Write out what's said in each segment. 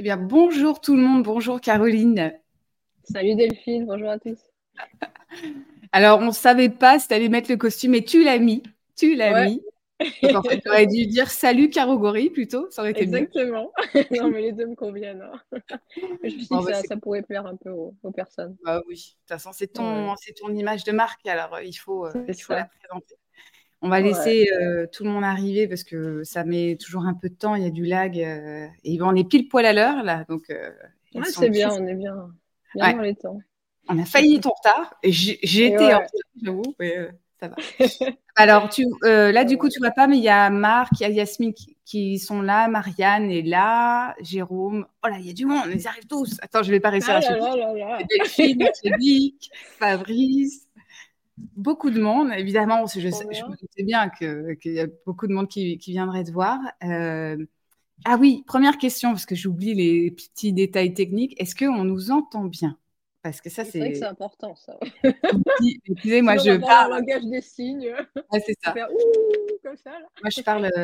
Eh bien, bonjour tout le monde, bonjour Caroline. Salut Delphine, bonjour à tous. Alors, on ne savait pas si tu allais mettre le costume et tu l'as mis. Tu l'as Ouais, mis. Donc, en fait, tu aurais dû dire salut Carogori plutôt, ça aurait été mieux. exactement. Non, mais les deux me conviennent, hein. Je me suis dit Bon, que bah, ça pourrait plaire un peu aux personnes. bah oui, de toute façon, Ouais, c'est ton image de marque, alors c'est il faut la ça. présenter. On va Ouais. laisser tout le monde arriver parce que ça met toujours un peu de temps, il y a du lag. Et on est pile poil à l'heure là, donc ils Ouais, sont c'est tout. bien, on est bien Ouais, dans les temps. on a failli être en retard. Et j'ai Et été en ouais. retard, j'avoue, mais ça va. Alors, là, du coup, tu Ouais. vois pas, mais il y a Marc, il y a Yasmine qui sont là, Marianne est là, Jérôme. Oh là, il y a du monde, ils arrivent tous. Attends, je vais pas réussir Ah à là suivre. là là là. Delphine, Angélique, Fabrice, beaucoup de monde. Évidemment, Trop je me bien. doutais bien qu'il y a beaucoup de monde qui viendrait te voir. Ah oui, première question, parce que j'oublie les petits détails techniques. Est-ce qu'on nous entend bien? Parce que ça, Oui, c'est vrai que c'est c'est... important, ça. Moi, Sinon, on je va parler en parle. langage des signes. Ouais, c'est On va ça. faire ouh, comme ça, là. Moi,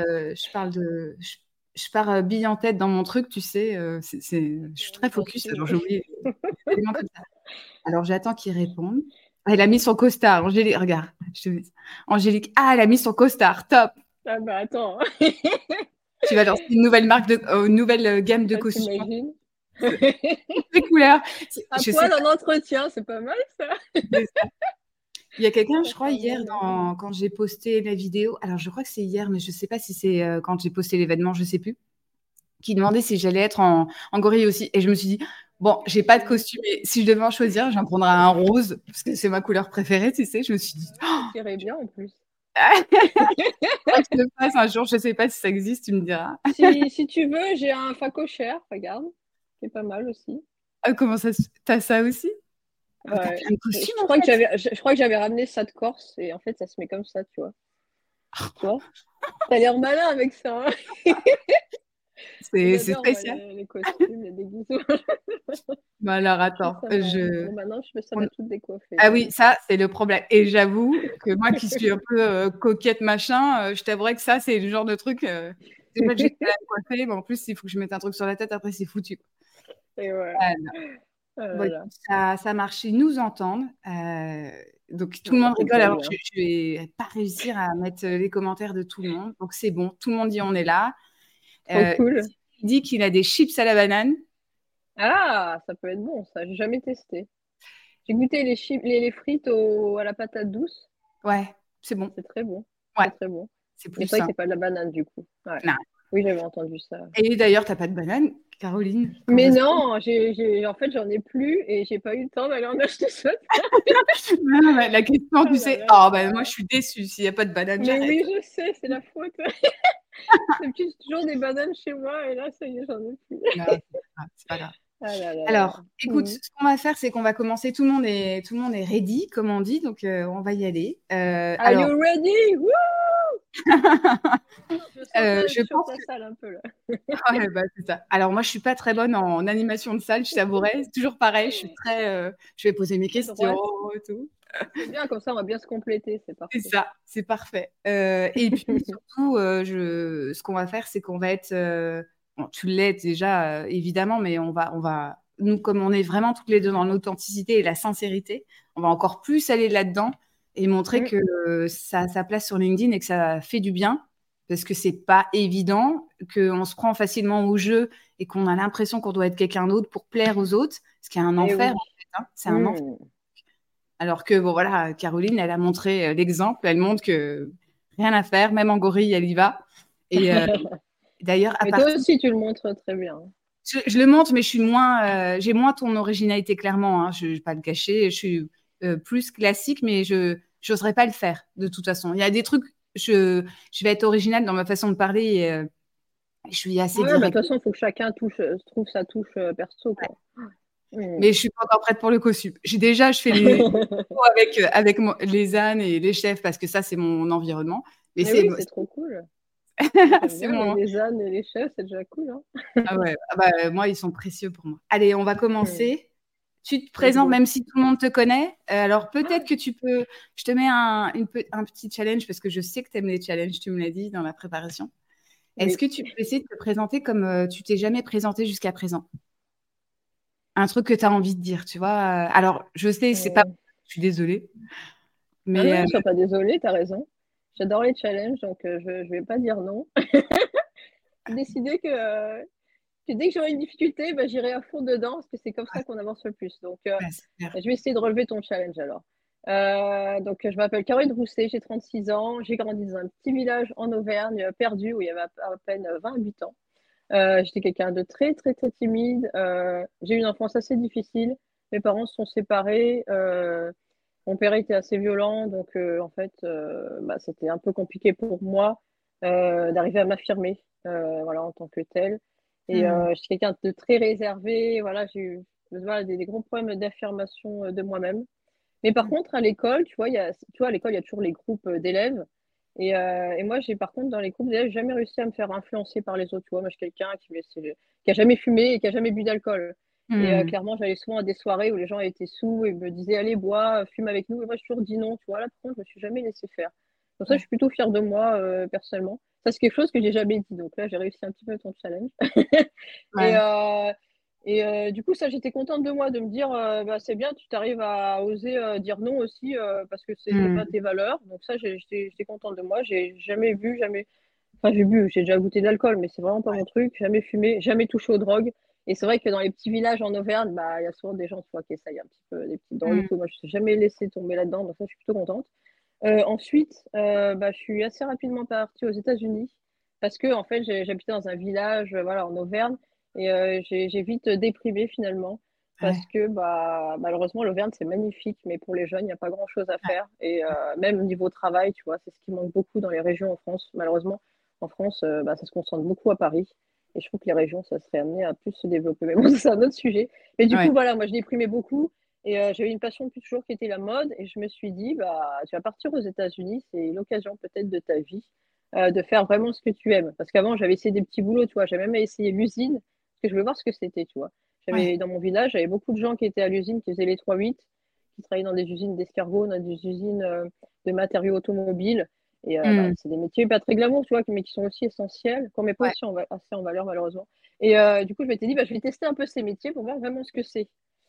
je pars bille en tête dans mon truc, tu sais. Je suis très Moi focus, aussi. alors j'ai oublié les éléments comme ça. Alors, j'attends qu'il réponde. Ah, elle a mis son costard. Angélique, regarde. Angélique, ah, elle a mis son costard. Top. Ah bah attends, Tu vas lancer une nouvelle gamme de ah, costumes. t'imagines? C'est- Les couleurs. À Je sais poil pas. en entretien, c'est pas mal ça. C'est ça. Il y a quelqu'un, je Ça crois, sera hier, bon, ouais. quand j'ai posté la vidéo. Alors, je crois que c'est hier, mais je sais pas si c'est quand j'ai posté l'événement, je sais plus. Qui demandait si j'allais être en gorille aussi. Et je me suis dit, bon, j'ai pas de costume, mais si je devais en choisir, j'en prendrais un rose, parce que c'est ma couleur préférée, tu sais. Je me suis dit, Ouais, ça tirait bien en plus. faudrait que je le fasse un jour, je sais pas si ça existe, tu me diras. Si tu veux, j'ai un facochère, regarde, qui est pas mal aussi. Ah, t'as ça aussi? Ah, mais t'as Ouais. plein de Je, costumes, je en crois que fait. je crois que j'avais ramené ça de Corse et en fait ça se met comme ça, tu vois. Tu vois? T'as l'air malin avec ça, hein. C'est J'adore moi spécial. les costumes, les déguisements. Bah alors, attends, Bon maintenant ça on- m'a toutes décoiffée, ah ça y oui, est. ça, c'est le problème. Et j'avoue que moi qui suis un peu coquette, machin, je t'avouerais que ça, c'est le genre de truc, c'est pas que j'ai pas à me coiffer, mais en plus, il faut que je mette un truc sur la tête, après, c'est foutu. Et ouais. Ah, Oh bon, là là. écoute, ça marche, ils nous entendent. Donc tout le Bon bah monde c'est rigole. déjà Alors bien. je vais pas réussir à mettre les commentaires de tout le monde. Donc c'est bon, tout le monde dit on est là. Trop Euh, cool. il dit qu'il a des chips à la banane. Ah, ça peut être bon ça, j'ai jamais testé. J'ai goûté les chips, les frites à la patate douce. Ouais, c'est bon. C'est très bon. Ouais, Très très bon. c'est Mais plus c'est vrai que sain. c'est pas de la banane du coup. Ouais. Non. Oui, j'avais entendu ça. Et d'ailleurs, t'as pas de banane, Caroline? Comment Mais ça se fait? non, en fait, j'en ai plus et j'ai pas eu le temps d'aller en acheter ça. Non, mais la question, Oh tu là sais, là oh là ben moi là. je suis déçue. S'il n'y a pas de banane, Mais j'arrête. oui, je sais, c'est la faute. D'habitude, j'ai toujours des bananes chez moi et là, ça y est, j'en ai plus. Non, c'est pas grave. Ah là là là là. Alors, écoute, Mhm. ce qu'on va faire, c'est qu'on va commencer. Tout le monde est ready, comme on dit, donc on va y aller. Are you ready? Woo! Je Je saute pense la que salle un peu là. ouais, bah, c'est ça. Alors moi, je suis pas très bonne en animation de salle, je t'avouerais. C'est toujours pareil, je vais poser mes Très questions droite. et tout. C'est bien, comme ça, on va bien se compléter, c'est C'est parfait. ça, c'est parfait. Et puis surtout, ce qu'on va faire, c'est qu'on va être, bon, tu l'es déjà évidemment, mais nous, comme on est vraiment toutes les deux dans l'authenticité et la sincérité, on va encore plus aller là-dedans et montrer Mm. que ça a sa place sur LinkedIn et que ça fait du bien, parce que c'est pas évident, qu'on se prend facilement au jeu et qu'on a l'impression qu'on doit être quelqu'un d'autre pour plaire aux autres, ce qui est un Eh enfer oui. en fait, hein. C'est un enfer. Mm. Alors que, bon, voilà, Caroline, elle a montré l'exemple. Elle montre que rien à faire, même en gorille, elle y va. Et d'ailleurs, à Mais toi partir. aussi, tu le montres très bien. Je le montre, mais j'ai moins ton originalité, clairement, hein. Je ne vais pas le cacher. Je suis plus classique, mais je n'oserais pas le faire, de toute façon. Il y a des trucs, je vais être originale dans ma façon de parler. Et, je suis assez Ouais, bah, de toute directe. façon, il faut que chacun trouve sa touche perso, quoi. Mm. Mais je suis pas encore prête pour le costume. Je fais les ânes et les chefs parce que ça, c'est mon environnement. Mais Mais oui, c'est trop cool. Moi, j'aime c'est bien mon, les ânes et les chefs, c'est déjà cool, hein. ah ouais, ah bah, moi, ils sont précieux pour moi. Allez, on va Mm. commencer. Tu te Let's présentes, go. même si tout le monde te connaît. Alors, peut-être Ah, que tu peux. Je te mets un petit challenge parce que je sais que tu aimes les challenges, tu me l'as dit dans la préparation. Est-ce Oui. que tu peux essayer de te présenter comme tu t'es jamais présenté jusqu'à présent? Un truc que tu as envie de dire, tu vois? Alors, je sais, c'est pas... Mmh. Je suis désolée, Ah mais non, sois pas désolée, tu as raison. J'adore les challenges, donc je vais pas dire non. J'ai décidé que dès que j'aurai une difficulté, bah, j'irai à fond dedans parce que c'est comme ouais, ça qu'on avance le plus. Donc, ouais, c'est clair. je vais essayer de relever ton challenge alors. Donc, je m'appelle Caroline Rousset, j'ai 36 ans. J'ai grandi dans un petit village en Auvergne, perdu, où il y avait à peine 20 habitants. J'étais quelqu'un de très, très, très timide. J'ai eu une enfance assez difficile. Mes parents se sont séparés. Mon père était assez violent, donc en fait, bah, c'était un peu compliqué pour moi d'arriver à m'affirmer voilà, en tant que telle. Et Hmm. je suis quelqu'un de très réservé. Voilà, j'ai eu voilà, des gros problèmes d'affirmation de moi-même. Mais par contre, à l'école, tu vois, tu vois, à l'école, il y a toujours les groupes d'élèves. Et moi, j'ai par contre, dans les groupes d'élèves, jamais réussi à me faire influencer par les autres. Tu vois, moi, je suis quelqu'un qui a jamais fumé et qui a jamais bu d'alcool. Et Hmm. clairement, j'allais souvent à des soirées où les gens étaient sous et me disaient, allez, bois, fume avec nous. Et moi, j'ai toujours dit non. Tu vois, là, par contre, je me suis jamais laissé faire. Donc ça, je Ouais. suis plutôt fière de moi, personnellement. Ça, c'est quelque chose que j'ai jamais dit. Donc là, j'ai réussi un petit peu ton challenge. Et, Ouais. du coup, ça, j'étais contente de moi, de me dire, bah, c'est bien, tu t'arrives à oser dire non aussi, parce que c'est pas Hmm. tes valeurs. Donc ça, j'étais contente de moi. J'ai jamais vu, jamais... Enfin, j'ai bu, j'ai déjà goûté de l'alcool, mais c'est vraiment pas mon truc. Jamais fumé, jamais touché aux drogues. Et c'est vrai que dans les petits villages en Auvergne, bah, il y a souvent des gens, tu vois, qui essayent un petit peu des petites drogues et Hmm. tout. Moi, je ne suis jamais laissé tomber là-dedans, donc ça, je suis plutôt contente. Ensuite, bah, je suis assez rapidement partie aux États-Unis parce que en fait, j'habitais dans un village, voilà, en Auvergne, et j'ai vite déprimé finalement parce Ouais. que bah, malheureusement, l'Auvergne, c'est magnifique, mais pour les jeunes, il n'y a pas grand-chose à faire. Et même au niveau travail, tu vois, c'est ce qui manque beaucoup dans les régions en France. Malheureusement, en France, bah, ça se concentre beaucoup à Paris. Et je trouve que les régions, ça serait amené à plus se développer. Mais bon, c'est un autre sujet. Mais du coup, Ouais. voilà, moi, je déprimais beaucoup. Et j'avais une passion depuis toujours qui était la mode. Et je me suis dit, bah, tu vas partir aux États-Unis, c'est l'occasion peut-être de ta vie de faire vraiment ce que tu aimes. Parce qu'avant, j'avais essayé des petits boulots, tu vois. J'avais même essayé l'usine, parce que je voulais voir ce que c'était, tu vois. Ouais. Dans mon village, j'avais beaucoup de gens qui étaient à l'usine, qui faisaient les 3-8, qui travaillaient dans des usines d'escargots, dans des usines de matériaux automobiles. Et bah, Hmm. c'est des métiers pas très glamour, tu vois, mais qui sont aussi essentiels, qu'on met pas Ouais. aussi assez en valeur, malheureusement. Et du coup, je m'étais dit, bah, je vais tester un peu ces métiers pour voir vraiment ce que c'est.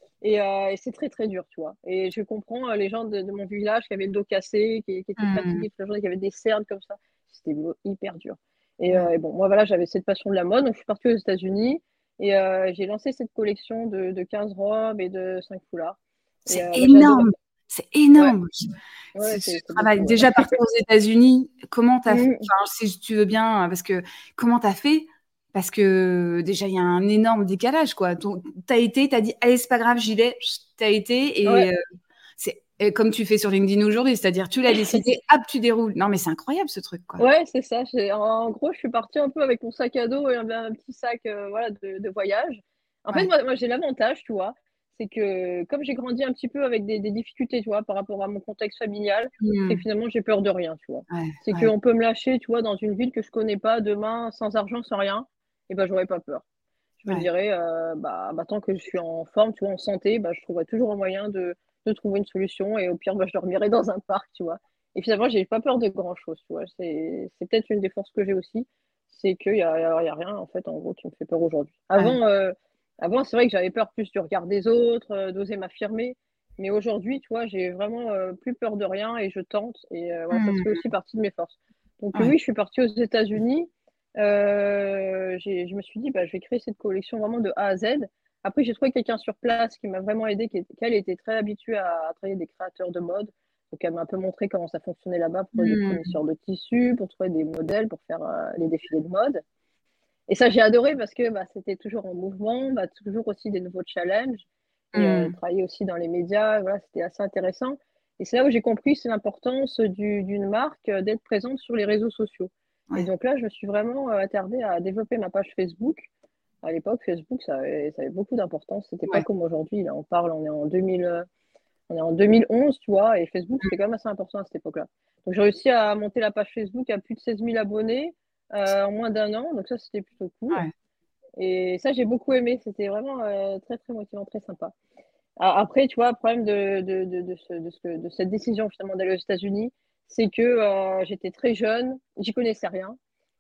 Et c'est très, très dur, tu vois. Et je comprends les gens de mon village qui avaient le dos cassé, qui étaient Hmm. fatigués toute la journée, qui avaient des cernes comme ça. C'était hyper dur. Ouais. Et bon, moi, voilà, j'avais cette passion de la mode, donc je suis partie aux États-Unis et j'ai lancé cette collection de 15 robes et de 5 foulards. Et C'est bah, j'ai adoré. énorme. C'est Ouais, énorme. ouais, Ce c'est travail. beaucoup. Ouais. Déjà partir aux États-Unis, comment t'as fait? Mhm. Enfin, si tu veux bien, parce que comment t'as fait? Parce que déjà, il y a un énorme décalage, quoi. T'as été, t'as dit, allez, c'est pas grave, j'y vais. T'as été Ouais. et comme tu fais sur LinkedIn aujourd'hui, c'est-à-dire tu l'as décidé, hop, tu déroules. Non, mais c'est incroyable ce truc, quoi. Ouais, c'est ça. En gros, je suis partie un peu avec mon sac à dos et un petit sac voilà, de voyage. En fait, Ouais. moi j'ai l'avantage, tu vois, c'est que comme j'ai grandi un petit peu avec des difficultés, tu vois, par rapport à mon contexte familial, c'est que Hmm. finalement, j'ai peur de rien, tu vois. Ouais, C'est ouais. qu'on peut me lâcher, tu vois, dans une ville que je connais pas demain, sans argent, sans rien, et ben, j'aurais pas peur. Je me Ouais. dirais, bah, tant que je suis en forme, tu vois, en santé, bah, je trouverai toujours un moyen de trouver une solution et au pire, bah, je dormirai dans un parc, tu vois. Et finalement, j'ai pas peur de grand-chose, tu vois. C'est peut-être une des forces que j'ai aussi, c'est qu'il y a rien, en fait, en gros, qui me fait peur aujourd'hui. Ouais. Avant, c'est vrai que j'avais peur plus du regard des autres, d'oser m'affirmer. Mais aujourd'hui, tu vois, j'ai vraiment plus peur de rien et je tente. Et voilà, ça se Hmm. fait aussi partie de mes forces. Donc Ouais. oui, je suis partie aux États-Unis. Je me suis dit, bah, je vais créer cette collection vraiment de A à Z. Après, j'ai trouvé quelqu'un sur place qui m'a vraiment aidé, qui elle était très habituée à travailler des créateurs de mode. Donc, elle m'a un peu montré comment ça fonctionnait là-bas pour trouver des Hmm. fournisseurs de tissus, pour trouver des modèles, pour faire les défilés de mode. Et ça, j'ai adoré parce que bah, c'était toujours en mouvement, bah, toujours aussi des nouveaux challenges. Et Hmm. travailler aussi dans les médias, voilà, c'était assez intéressant. Et c'est là où j'ai compris c'est l'importance d'une marque d'être présente sur les réseaux sociaux. Et Ouais. donc là, je me suis vraiment attardée à développer ma page Facebook. À l'époque, Facebook, ça avait beaucoup d'importance. C'était pas Ouais. comme aujourd'hui. Là, on parle, on est en 2011, tu vois, et Facebook, c'était quand même assez important à cette époque-là. Donc, j'ai réussi à monter la page Facebook à plus de 16 000 abonnés en moins d'un an. Donc, ça, c'était plutôt cool. Ouais. Et ça, j'ai beaucoup aimé. C'était vraiment très, très motivant, très sympa. Après, tu vois, le problème de cette décision finalement d'aller aux États-Unis, c'est que j'étais très jeune, j'y connaissais rien.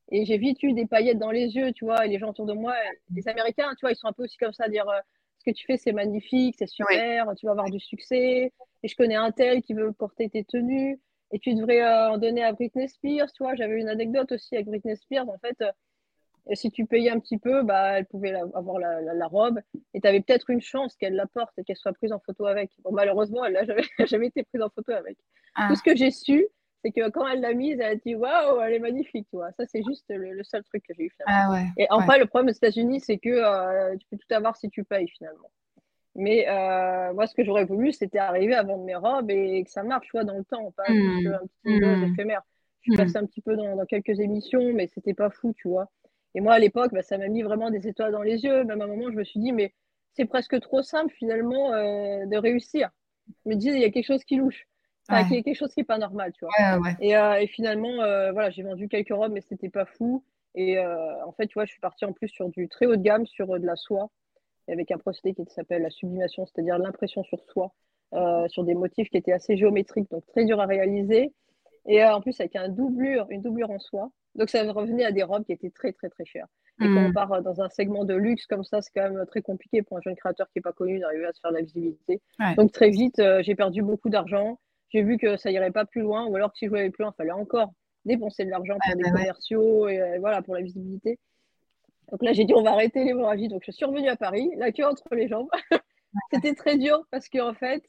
Et j'ai vite eu des paillettes dans les yeux, tu vois. Et les gens autour de moi, les Américains, tu vois, ils sont un peu aussi comme ça, à dire ce que tu fais, c'est magnifique, c'est Oui. super, tu vas avoir du succès. Et je connais un tel qui veut porter tes tenues. Et tu devrais en donner à Britney Spears, tu vois. J'avais une anecdote aussi avec Britney Spears. En fait, et si tu payais un petit peu, bah, elle pouvait avoir la robe. Et tu avais peut-être une chance qu'elle la porte et qu'elle soit prise en photo avec. Bon, malheureusement, elle n'a jamais, jamais été prise en photo avec. Tout ce Ah, que j'ai su, c'est que quand elle l'a mise, elle a dit waouh, elle est magnifique, tu vois. Ça, c'est juste le seul truc que j'ai eu finalement. ah ouais, Et ouais. enfin, le problème aux États-Unis, c'est que tu peux tout avoir si tu payes finalement. Mais moi, ce que j'aurais voulu, c'était arriver à vendre mes robes et que ça marche, tu vois, dans le temps, pas juste Hmm, un petit buzz hmm, éphémère. Je suis hmm. passée un petit peu dans quelques émissions, mais c'était pas fou, tu vois. Et moi, à l'époque, bah, ça m'a mis vraiment des étoiles dans les yeux. Même à un moment, je me suis dit, mais c'est presque trop simple finalement de réussir. Je me disais, il y a quelque chose qui louche. Enfin, il y Ouais, a quelque chose qui est pas normal, tu vois. ouais, ouais. Et finalement, voilà, j'ai vendu quelques robes, mais c'était pas fou. Et en fait, tu vois, je suis partie en plus sur du très haut de gamme, sur de la soie avec un procédé qui s'appelle la sublimation, c'est-à-dire l'impression sur soie, sur des motifs qui étaient assez géométriques, donc très dur à réaliser. Et en plus, avec une doublure en soie. Donc, ça revenait à des robes qui étaient très, très, très chères. Et quand on Hmm, part dans un segment de luxe comme ça, c'est quand même très compliqué pour un jeune créateur qui n'est pas connu d'arriver à se faire de la visibilité. ouais. Donc, très vite, j'ai perdu beaucoup d'argent. J'ai vu que ça irait pas plus loin, ou alors que si je voulais aller plus loin, il fallait encore dépenser de l'argent Ouais, pour des bah ouais. commerciaux et voilà, pour la visibilité. Donc là, j'ai dit, on va arrêter l'hémorragie. Donc, je suis revenue à Paris, la queue entre les jambes. C'était très dur parce qu'en fait,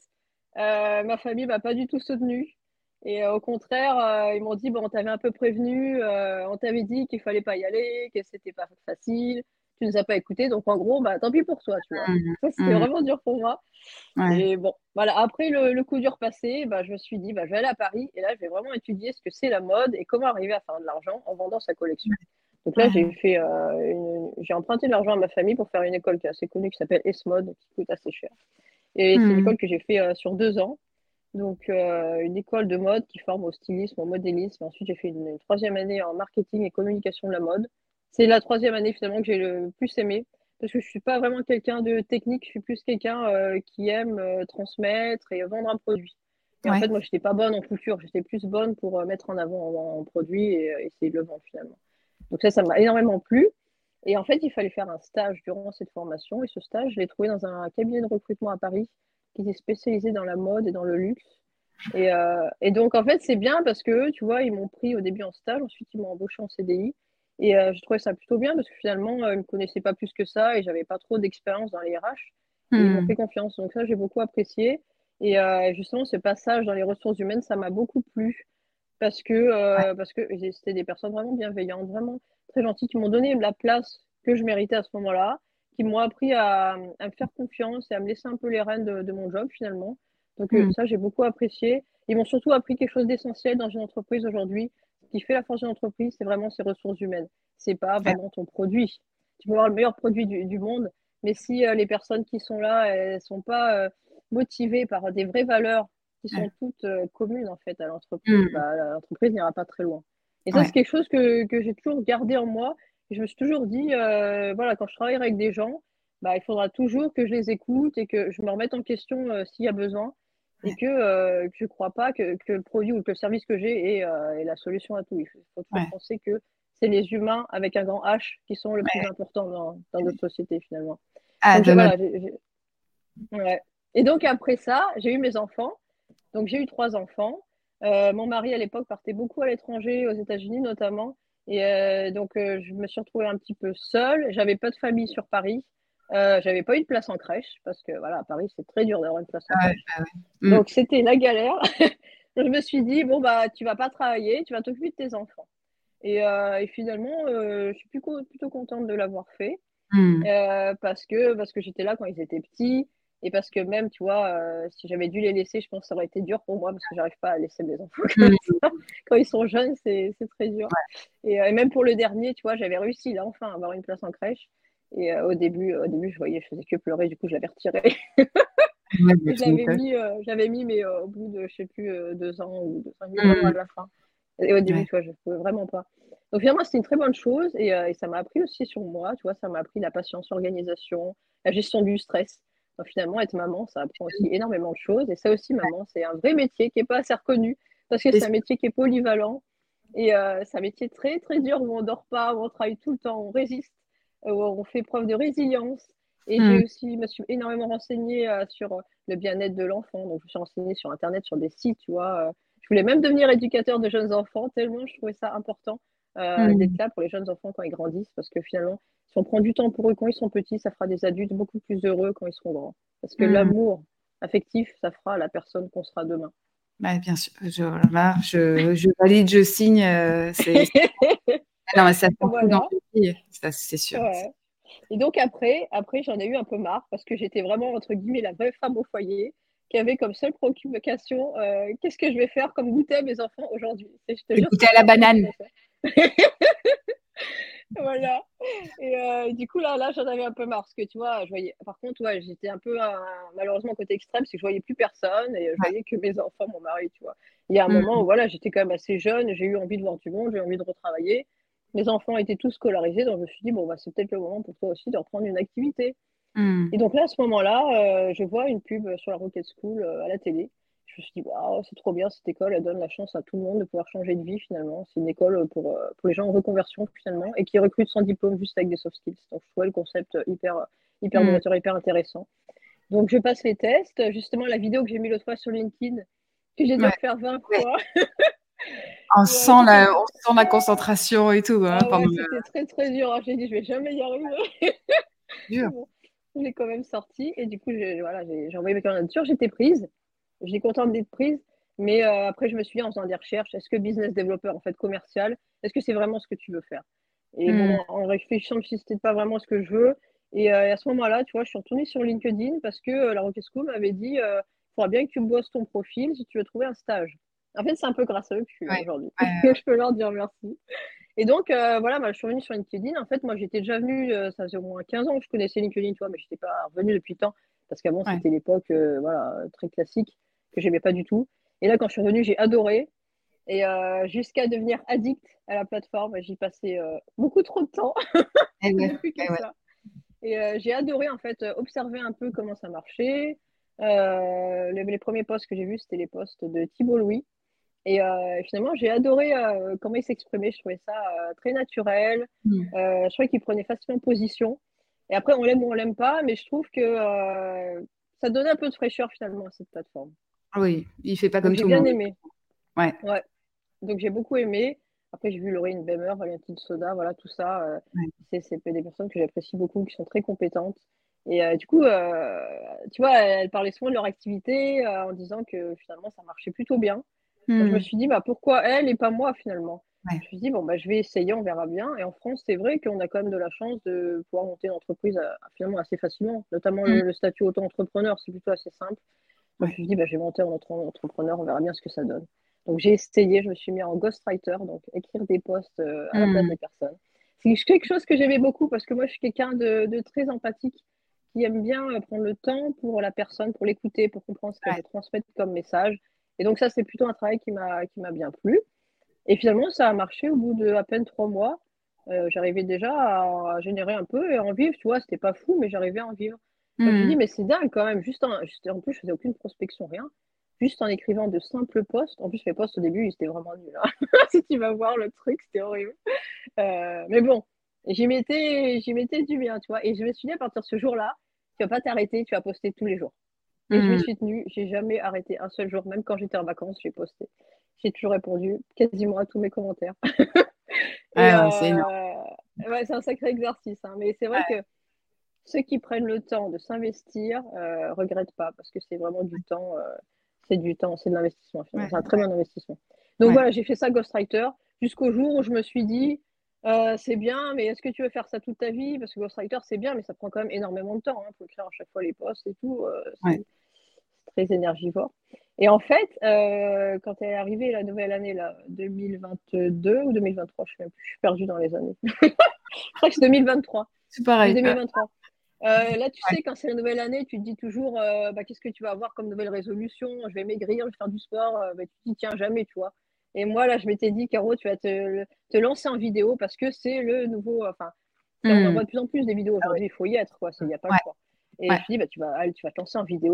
ma famille m'a pas du tout soutenue. Et au contraire, ils m'ont dit, bon, on t'avait un peu prévenu, on t'avait dit qu'il fallait pas y aller, que c'était pas facile, tu nous as pas écoutés, donc en gros, bah, tant pis pour toi, tu vois. Hmm, Ça, c'était hmm. vraiment dur pour moi. Ouais. Et bon, voilà, après le coup dur passé, bah, je me suis dit, bah, je vais aller à Paris et là, je vais vraiment étudier ce que c'est la mode et comment arriver à faire de l'argent en vendant sa collection. Donc là, Ouais. j'ai emprunté de l'argent à ma famille pour faire une école qui est assez connue, qui s'appelle S-Mode, qui coûte assez cher. Et c'est une Hmm. école que j'ai fait sur 2 ans. Donc, une école de mode qui forme au stylisme, au modélisme. Ensuite, j'ai fait une troisième année en marketing et communication de la mode. C'est la troisième année finalement que j'ai le plus aimé parce que je suis pas vraiment quelqu'un de technique, je suis plus quelqu'un qui aime transmettre et vendre un produit. Et en Ouais. fait, moi, je n'étais pas bonne en couture, j'étais plus bonne pour mettre en avant un produit et essayer de le vendre finalement. Donc ça m'a énormément plu. Et en fait, il fallait faire un stage durant cette formation. Et ce stage, je l'ai trouvé dans un cabinet de recrutement à Paris qui était spécialisé dans la mode et dans le luxe. Et donc, en fait, c'est bien parce que, tu vois, ils m'ont pris au début en stage, ensuite ils m'ont embauché en CDI. Et je trouvais ça plutôt bien parce que finalement, ils ne me connaissaient pas plus que ça et j'avais pas trop d'expérience dans les RH. Et ils m'ont Hmm. fait confiance. Donc ça, j'ai beaucoup apprécié. Et justement, ce passage dans les ressources humaines, ça m'a beaucoup plu Ouais. parce que c'était des personnes vraiment bienveillantes, vraiment très gentilles, qui m'ont donné la place que je méritais à ce moment-là, qui m'ont appris à me faire confiance et à me laisser un peu les rênes de mon job finalement. Donc Hmm. ça, j'ai beaucoup apprécié. Ils m'ont surtout appris quelque chose d'essentiel dans une entreprise aujourd'hui. Ce qui fait la force d'une entreprise, c'est vraiment ses ressources humaines. C'est pas Ouais. vraiment ton produit. Tu peux avoir le meilleur produit du monde, mais si les personnes qui sont là, elles sont pas motivées par des vraies valeurs qui Ouais. sont toutes communes en fait à l'entreprise, Hmm. bah, l'entreprise n'ira pas très loin. Et ça, c'est Ouais. quelque chose que j'ai toujours gardé en moi. Et je me suis toujours dit, voilà, quand je travaille avec des gens, bah, il faudra toujours que je les écoute et que je me remette en question s'il y a besoin et Ouais. que je ne crois pas que le produit ou que le service que j'ai est la solution à tout. Il faut toujours Ouais. penser que c'est les humains avec un grand H qui sont le plus Ouais. important dans notre société finalement. Ah, Donc de notre. voilà. Ouais. Et donc après ça, j'ai eu mes enfants. Donc j'ai eu 3 enfants. Mon mari à l'époque partait beaucoup à l'étranger, aux États-Unis notamment. Et donc je me suis retrouvée un petit peu seule. J'avais pas de famille sur Paris. J'avais pas eu de place en crèche parce que voilà, à Paris c'est très dur d'avoir une place en Ah ouais, crèche. bah ouais. Hmm. Donc c'était la galère. Je me suis dit bon bah tu vas pas travailler, tu vas t'occuper de tes enfants. Et finalement je suis plutôt contente de l'avoir fait. Hmm. Parce que j'étais là quand ils étaient petits et parce que même, tu vois, si j'avais dû les laisser, je pense que ça aurait été dur pour moi parce que j'arrive pas à laisser mes enfants comme Hmm. ça. Quand ils sont jeunes, c'est très dur. Et même pour le dernier, tu vois, j'avais réussi là enfin à avoir une place en crèche. Et au début, je voyais, je faisais que pleurer, du coup, je l'avais retiré. Ouais, bah, Et je tu l'avais m'étonnes. mis, mais au bout de, je sais plus, 2 ans ou 2 ans et demi, vraiment à Hmm. la fin. Et au début, Ouais. tu vois, je ne pouvais vraiment pas. Donc finalement, c'était une très bonne chose et ça m'a appris aussi sur moi, tu vois, ça m'a appris la patience, l'organisation, la gestion du stress. Donc finalement, être maman, ça apprend aussi énormément de choses. Et ça aussi, maman, c'est un vrai métier qui n'est pas assez reconnu parce que c'est Est-ce un métier qui est polyvalent. Et c'est un métier très, très dur où on dort pas, où on travaille tout le temps, on résiste, où on fait preuve de résilience. Et Hmm. j'ai aussi, je me suis énormément renseignée sur le bien-être de l'enfant. Donc, je me suis renseignée sur Internet, sur des sites, tu vois. Je voulais même devenir éducateur de jeunes enfants, tellement je trouvais ça important d'être Hmm. là pour les jeunes enfants quand ils grandissent. Parce que finalement, si on prend du temps pour eux quand ils sont petits, ça fera des adultes beaucoup plus heureux quand ils seront grands. Parce que Hmm. l'amour affectif, ça fera la personne qu'on sera demain. Ouais, bien sûr. Là, je valide, je signe. Non, mais ça fait coup dans Voilà. le pied, ça, c'est sûr. Ouais. Et donc après j'en ai eu un peu marre parce que j'étais vraiment, entre guillemets, la vraie femme au foyer qui avait comme seule préoccupation qu'est-ce que je vais faire comme goûter à mes enfants aujourd'hui. Et je te J'ai jure, goûté c'était à la exactement banane. ça. Voilà. Et du coup, là, j'en avais un peu marre parce que tu vois, je voyais. Par contre, ouais, j'étais un peu malheureusement côté extrême, c'est que je voyais plus personne et je Ouais. voyais que mes enfants, mon mari, tu vois. Il y a un moment Hmm. où voilà, j'étais quand même assez jeune, j'ai eu envie de voir du monde, j'ai eu envie de retravailler. Mes enfants étaient tous scolarisés, donc je me suis dit, bon, bah, c'est peut-être le moment pour toi aussi de reprendre une activité. Hmm. Et donc là, à ce moment-là, je vois une pub sur la Rocket School à la télé. Je me suis dit, waouh, c'est trop bien cette école, elle donne la chance à tout le monde de pouvoir changer de vie finalement. C'est une école pour les gens en reconversion finalement et qui recrute sans diplôme juste avec des soft skills. Donc je trouvais le concept hyper Hmm. novateur, hyper intéressant. Donc je passe les tests. Justement, la vidéo que j'ai mis l'autre fois sur LinkedIn, que j'ai dû Ouais. refaire 20 Ouais. fois. J'étais. On sent la concentration et tout, hein, Ah pendant ouais, le c'était très très dur, hein. J'ai dit, je vais jamais y arriver. dur. Bon, je l'ai quand même sorti et du coup, voilà, j'ai envoyé mes candidatures, j'étais prise. J'étais contente d'être prise, mais après, je me suis dit en faisant des recherches, est-ce que business développeur, en fait, commercial, est-ce que c'est vraiment ce que tu veux faire? Et Hmm. bon, en réfléchissant, je me suis dit, c'était pas vraiment ce que je veux. Et à ce moment-là, tu vois, je suis retournée sur LinkedIn parce que la Rocket School m'avait dit, il faudra bien que tu bosses ton profil si tu veux trouver un stage. En fait, c'est un peu grâce à eux que je suis là Ouais. aujourd'hui. Ouais. Je peux leur dire merci. Et donc, voilà, bah, je suis revenue sur LinkedIn. En fait, moi, j'étais déjà venue, ça faisait au moins 15 ans que je connaissais LinkedIn, tu vois, mais je n'étais pas revenue depuis le temps, parce qu'avant, Ouais. c'était l'époque, voilà, très classique, que j'aimais pas du tout. Et là, quand je suis revenue, j'ai adoré. Et jusqu'à devenir addict à la plateforme, j'y passais beaucoup trop de temps. Eh Je ouais. faisais plus que Eh ouais. ça. Et j'ai adoré, en fait, observer un peu comment ça marchait. Les premiers posts que j'ai vus, c'était les posts de Thibault Louis. Et finalement, j'ai adoré comment il s'exprimait. Je trouvais ça très naturel. Hmm. Je trouvais qu'il prenait facilement position. Et après, on l'aime ou on l'aime pas, mais je trouve que ça donnait un peu de fraîcheur finalement à cette plateforme. Oui, il fait pas Donc comme j'ai tout le bien monde. aimé. Ouais. Ouais. Donc j'ai beaucoup aimé. Après, j'ai vu Laurine Bemer, Valentine Soda, voilà, tout ça. Ouais. C'est des personnes que j'apprécie beaucoup, qui sont très compétentes. Et du coup, tu vois, elles parlaient souvent de leur activité en disant que finalement, ça marchait plutôt bien. Donc je me Hmm. suis dit, bah, pourquoi elle et pas moi finalement? Ouais. Je me suis dit, bon, bah, je vais essayer, on verra bien. Et en France, c'est vrai qu'on a quand même de la chance de pouvoir monter une entreprise finalement assez facilement, notamment Hmm. le statut auto-entrepreneur, c'est plutôt assez simple. Donc je Ouais. me suis dit, bah, je vais monter en auto-entrepreneur, on verra bien ce que ça donne. Donc j'ai essayé, je me suis mis en ghostwriter, donc écrire des posts à la place Hmm. des personnes. C'est quelque chose que j'aimais beaucoup parce que moi, je suis quelqu'un de très empathique qui aime bien prendre le temps pour la personne, pour l'écouter, pour comprendre ce qu'elle Ouais. veut transmettre comme message. Et donc ça, c'est plutôt un travail qui m'a bien plu. Et finalement, ça a marché au bout de à peine 3 mois. J'arrivais déjà à générer un peu et à en vivre. Tu vois, c'était pas fou, mais j'arrivais à en vivre. Donc, je me suis dit, Hmm. mais c'est dingue quand même. Juste en plus, je faisais aucune prospection, rien. Juste en écrivant de simples posts. En plus, mes posts au début, ils étaient vraiment nuls, hein. Si tu vas voir le truc, c'était horrible. Mais bon, j'y mettais du bien, tu vois. Et je me suis dit, à partir de ce jour-là, tu vas pas t'arrêter, tu vas poster tous les jours. Et je m'y Hmm. suis tenue, j'ai jamais arrêté un seul jour, même quand j'étais en vacances, j'ai posté. J'ai toujours répondu quasiment à tous mes commentaires. Et Ouais, ouais, c'est énorme. ouais, c'est un sacré exercice, hein. Mais c'est vrai que ceux qui prennent le temps de s'investir regrettent pas, parce que c'est vraiment du temps, c'est du temps, c'est de l'investissement finalement. Ouais, C'est un très bon investissement. Donc ouais. voilà, j'ai fait ça Ghostwriter jusqu'au jour où je me suis dit, c'est bien, mais est-ce que tu veux faire ça toute ta vie? Parce que Ghostwriter, c'est bien, mais ça prend quand même énormément de temps, hein. Il faut écrire à chaque fois les posts et tout. Ouais. Très énergivore. Et en fait, quand est arrivée la nouvelle année, là, 2022 ou 2023, je ne sais même plus, je suis perdue dans les années. Je crois que c'est 2023. C'est C'est pareil. 2023. Là, tu Ouais. sais, quand c'est la nouvelle année, tu te dis toujours, bah, qu'est-ce que tu vas avoir comme nouvelle résolution? Je vais maigrir, je vais faire du sport. Bah, tu te dis, tiens, jamais, tu vois. Et moi, là, je m'étais dit, Caro, tu vas te lancer en vidéo parce que c'est le nouveau. Enfin, on en Hmm. voit de plus en plus des vidéos Ah ouais. aujourd'hui, il faut y être, quoi. Il n'y a pas le Ouais. choix. Et je me Ouais. suis dit, bah, tu vas te lancer en vidéo.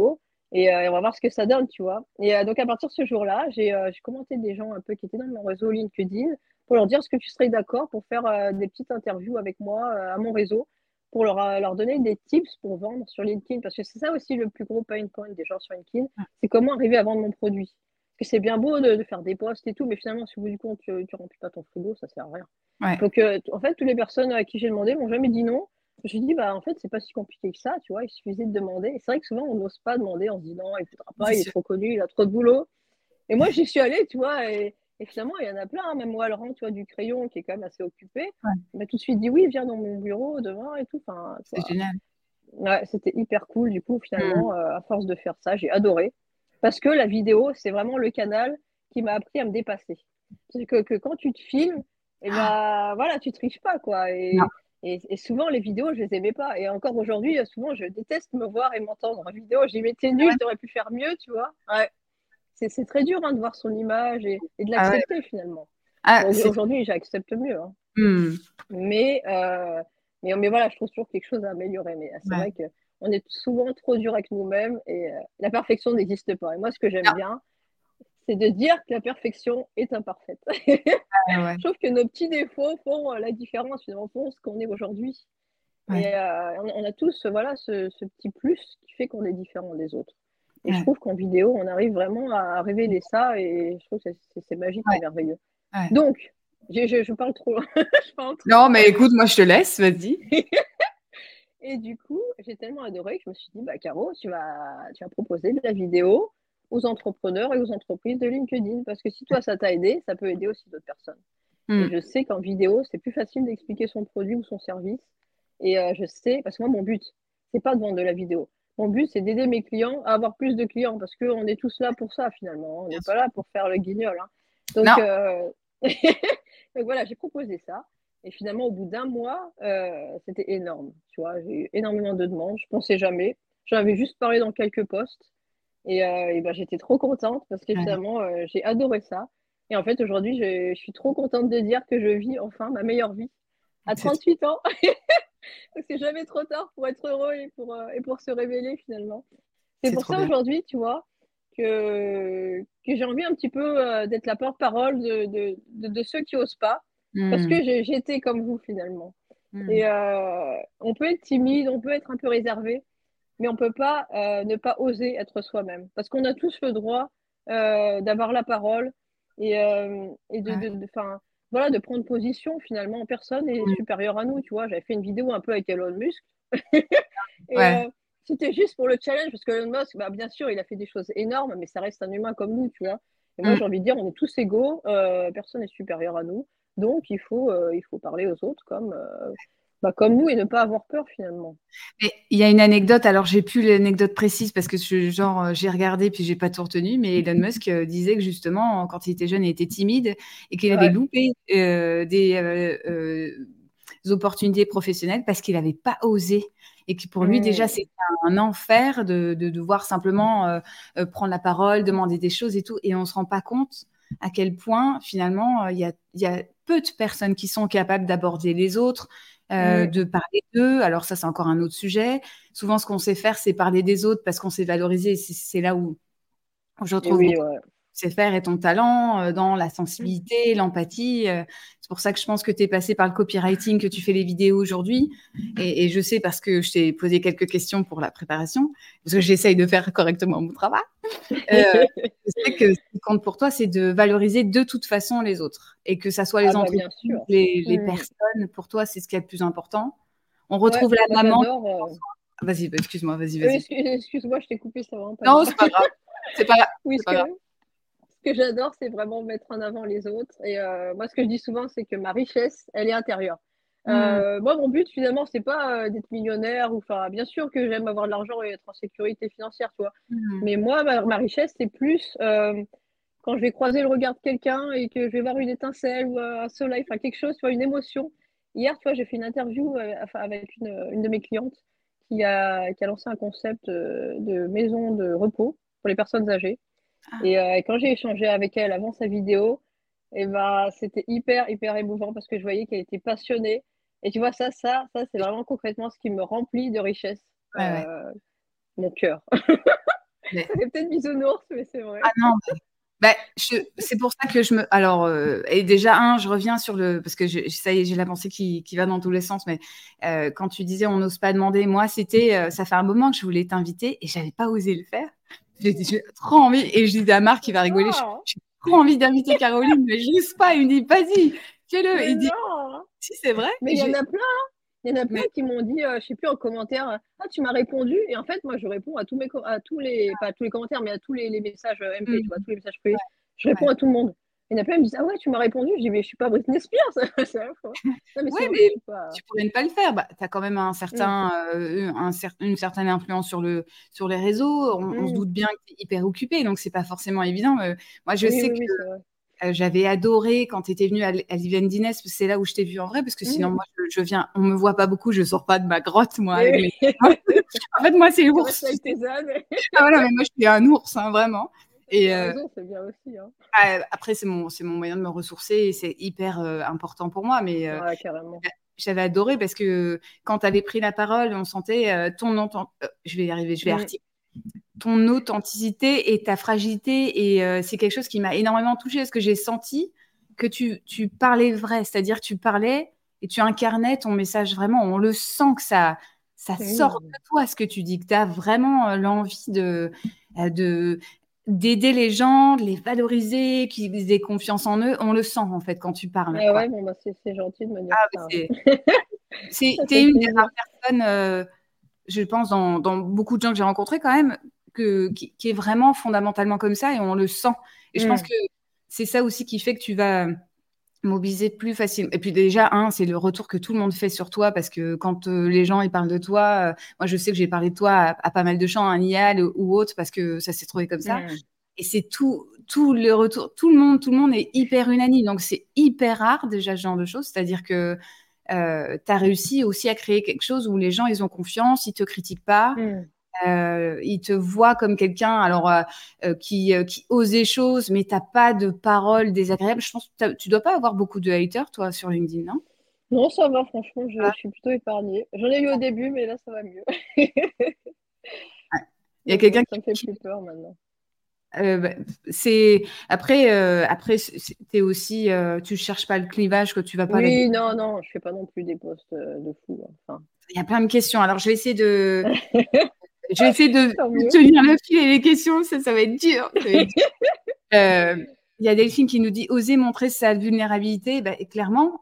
Et on va voir ce que ça donne, tu vois. Donc, à partir de ce jour-là, j'ai commenté des gens un peu qui étaient dans mon réseau LinkedIn pour leur dire ce que tu serais d'accord pour faire des petites interviews avec moi à mon réseau, pour leur donner des tips pour vendre sur LinkedIn. Parce que c'est ça aussi le plus gros pain point des gens sur LinkedIn, c'est comment arriver à vendre mon produit. Parce que c'est bien beau de faire des posts et tout, mais finalement, si au bout du compte, tu remplis pas ton frigo, ça sert à rien. Ouais. Donc, en fait, toutes les personnes à qui j'ai demandé m'ont jamais dit non. Je me suis dit, bah, en fait, c'est pas si compliqué que ça, tu vois, il suffisait de demander. Et c'est vrai que souvent, on n'ose pas demander, on se dit non, il ne voudra pas, C'est il est sûr. trop connu, il a trop de boulot. Et moi, j'y suis allée, tu vois, et finalement, il y en a plein, hein, même moi, Laurent, tu vois, du crayon, qui est quand même assez occupé, Ouais, il m'a tout de suite dit oui, viens dans mon bureau demain et tout. Enfin, tu c'est vois, génial. ouais, c'était hyper cool, du coup, Mm. finalement, à force de faire ça, j'ai adoré. Parce que la vidéo, c'est vraiment le canal qui m'a appris à me dépasser. C'est que quand tu te filmes, et ben voilà, tu triches pas, quoi. Non. Et souvent, les vidéos, je les aimais pas. Et encore aujourd'hui, souvent, je déteste me voir et m'entendre en vidéo. J'y m'étais Ah nul, ouais? t'aurais pu faire mieux, tu vois. Ouais. C'est très dur, hein, de voir son image et de Ah ouais. l'accepter, finalement. Ah, Bon, c'est. aujourd'hui, j'accepte mieux, hein. Mm. Mais, euh, mais voilà, je trouve toujours quelque chose à améliorer. Mais c'est Ouais. vrai qu'on est souvent trop dur avec nous-mêmes et la perfection n'existe pas. Et moi, ce que j'aime Non. bien, c'est de dire que la perfection est imparfaite. Ah ouais. Je trouve que nos petits défauts font la différence, finalement, font ce qu'on est aujourd'hui. Ouais. On a tous voilà, ce petit plus qui fait qu'on est différent des autres. Et je Ouais. trouve qu'en vidéo, on arrive vraiment à révéler ça et je trouve que c'est magique, c'est Ouais. merveilleux. Ouais. Donc, je parle trop. Je parle trop. Non, mais écoute, moi, je te laisse, vas-y. Et du coup, j'ai tellement adoré que je me suis dit, bah, Caro, tu vas proposer de la vidéo aux entrepreneurs et aux entreprises de LinkedIn. Parce que si toi, ça t'a aidé, ça peut aider aussi d'autres personnes. Et Mm. je sais qu'en vidéo, c'est plus facile d'expliquer son produit ou son service. Et je sais, parce que moi, mon but, c'est pas de vendre de la vidéo. Mon but, c'est d'aider mes clients à avoir plus de clients. Parce qu'on est tous là pour ça, finalement. On Bien n'est pas sûr. là pour faire le guignol, hein. Donc, Non. donc voilà, j'ai proposé ça. Et finalement, au bout d'un mois, c'était énorme. Tu vois, j'ai eu énormément de demandes. Je pensais jamais. J'en avais juste parlé dans quelques posts. Et ben, j'étais trop contente parce que Ouais. finalement, j'ai adoré ça. Et en fait, aujourd'hui, je suis trop contente de dire que je vis enfin ma meilleure vie à C'est trop. 38 ans. Donc, c'est jamais trop tard pour être heureux et pour se révéler finalement. C'est C'est pour trop ça bien. aujourd'hui, tu vois, que j'ai envie un petit peu d'être la porte-parole de ceux qui osent pas. Parce Mm. que j'étais comme vous finalement. Mm. Et on peut être timide, on peut être un peu réservé, mais on peut pas ne pas oser être soi-même. Parce qu'on a tous le droit d'avoir la parole et Ouais. voilà, de prendre position finalement. Personne n'est Mm. supérieur à nous, tu vois. J'avais fait une vidéo un peu avec Elon Musk. Et Ouais. c'était juste pour le challenge, parce que Elon Musk, bah, bien sûr, il a fait des choses énormes, mais ça reste un humain comme nous, tu vois. Et moi, Mm. j'ai envie de dire, on est tous égaux, personne n'est supérieur à nous. Donc, il faut parler aux autres comme nous et ne pas avoir peur finalement. Mais il y a une anecdote, alors j'ai plus l'anecdote précise parce que j'ai regardé puis j'ai pas tout retenu, mais Elon Musk disait que justement, quand il était jeune, il était timide et qu'il avait Ouais. loupé des opportunités professionnelles parce qu'il n'avait pas osé. Et que pour lui, déjà, Mmh. c'était un enfer de devoir simplement prendre la parole, demander des choses et tout. Et on ne se rend pas compte à quel point, finalement, il y a peu de personnes qui sont capables d'aborder les autres, Mmh. de parler d'eux. Alors ça, c'est encore un autre sujet. Souvent, ce qu'on sait faire, c'est parler des autres parce qu'on sait valoriser. C'est là où je Et retrouve oui, beaucoup ouais. c'est faire et ton talent dans la sensibilité, l'empathie. C'est pour ça que je pense que tu es passé par le copywriting, que tu fais les vidéos aujourd'hui. Et je sais parce que je t'ai posé quelques questions pour la préparation, parce que j'essaye de faire correctement mon travail. Euh, je sais que ce qui compte pour toi, c'est de valoriser de toute façon les autres. Et que ça soit Ah les bah entreprises, bien sûr. les Mmh. personnes, pour toi, c'est ce qui est le plus important. On Ouais, retrouve la moi maman. j'adore. Vas-y, excuse-moi, vas-y. Excuse-moi, je t'ai coupé, c'est vraiment pas Non, grave. c'est pas grave. C'est pas, Oui, c'est pas grave. ce que j'adore, c'est vraiment mettre en avant les autres. Et moi, ce que je dis souvent, c'est que ma richesse, elle est intérieure. Mmh, Moi, mon but, finalement, c'est pas d'être millionnaire ou enfin, bien sûr que j'aime avoir de l'argent et être en sécurité financière, tu vois. mmh, Mais moi, ma richesse, c'est plus quand je vais croiser le regard de quelqu'un et que je vais voir une étincelle ou un soleil, enfin quelque chose, tu vois, une émotion. Hier, tu vois, j'ai fait une interview avec une de mes clientes qui a lancé un concept de maison de repos pour les personnes âgées. Et quand j'ai échangé avec elle avant sa vidéo, et ben, c'était hyper, hyper émouvant parce que je voyais qu'elle était passionnée. Et tu vois, ça c'est vraiment concrètement ce qui me remplit de richesse, ouais, ouais. mon cœur. Mais- Ça fait peut-être bisounours, mais c'est Ah vrai. non, bah, c'est pour ça que je me. Alors, et déjà, je reviens sur le. Parce que ça y est, j'ai la pensée qui va dans tous les sens. Mais quand tu disais on n'ose pas demander, moi, c'était. Ça fait un moment que je voulais t'inviter et j'avais pas osé le faire. J'ai trop envie. Et je disais à Marc, qui va rigoler, Non, j'ai trop envie d'inviter Caroline, mais j'ose pas. Il me dit, vas-y, fais-le. mais Il dit, non. si, c'est vrai. Mais Et il y en a plein. Il y en a plein mais, qui m'ont dit, je sais plus en commentaire, ah tu m'as répondu. Et en fait, moi je réponds à à tous les, pas à tous les commentaires, mais à tous les messages MP, tu vois, tous les messages privés. Je réponds ouais. à tout le monde. Il y en a plein qui me disent, ah ouais, tu m'as répondu. Je dis, mais je suis pas Britney Spears. C'est la fois. Non, mais Ouais, c'est vrai, je mais suis pas. tu pourrais ne pas le faire. Bah, tu as quand même Hum, une certaine influence sur les réseaux. On se hum. doute bien que tu es hyper occupé, donc c'est pas forcément évident. Moi, je Oui, sais oui, que oui, c'est vrai. j'avais adoré quand tu étais venue à Live Dines, parce que c'est là où je t'ai vue en vrai, parce que sinon, Hum. moi, je viens, on me voit pas beaucoup, je sors pas de ma grotte, moi, avec Mais mes. oui. En fait, moi, c'est Tu restes l'ours, tu avec sais. tes ânes. Ah, voilà, mais moi, je suis un ours, hein, vraiment. Et T'as raison, c'est bien aussi, hein. après, c'est mon moyen de me ressourcer et c'est hyper important pour moi. Mais Ouais, carrément. j'avais adoré parce que quand tu avais pris la parole, on sentait je vais y arriver, je vais Hum, articuler ton authenticité et ta fragilité. Et c'est quelque chose qui m'a énormément touchée parce que j'ai senti que tu parlais vrai, c'est-à-dire que tu parlais et tu incarnais ton message vraiment. On le sent que ça sort hum. de toi ce que tu dis, que tu as vraiment l'envie de d'aider les gens, de les valoriser, qu'ils aient confiance en eux. On le sent en fait quand tu parles, Ah quoi. ouais, bon, bah, c'est gentil de me dire Ah, mais ça. Ça t'es fait une des plaisir. rares personnes, je pense, dans beaucoup de gens que j'ai rencontrés quand même, qui est vraiment fondamentalement comme ça et on le sent. Et je pense Hum, que c'est ça aussi qui fait que tu vas mobiliser plus facilement. Et puis déjà, c'est le retour que tout le monde fait sur toi parce que quand les gens ils parlent de toi, moi je sais que j'ai parlé de toi à pas mal de gens, un IAL ou autre, parce que ça s'est trouvé comme ça. hum. Et c'est tout le retour, tout le monde est hyper unanime. Donc c'est hyper rare déjà ce genre de choses. C'est-à-dire que tu as réussi aussi à créer quelque chose où les gens, ils ont confiance, ils te critiquent pas, Mmh. ils te voient comme quelqu'un alors qui ose des choses, mais t'as pas de paroles désagréables. Je pense que tu dois pas avoir beaucoup de haters, toi, sur LinkedIn, non? Non, ça va, franchement, Ça va. je suis plutôt épargnée. J'en ai eu au début, mais là, ça va mieux. Ouais. Il y a Mais bon, quelqu'un ça me fait plus peur maintenant. bah, c'est après t'es aussi tu cherches pas le clivage que tu vas pas là-dedans. Oui, non, non, je fais pas non plus des posts de fou, hein. Enfin, Il y a plein de questions. Alors je vais essayer de tant de mieux. tenir le fil et les questions. Ça va être dur. Ça va être dur. Euh, Il y a Delphine qui nous dit oser montrer sa vulnérabilité. Bah, et clairement,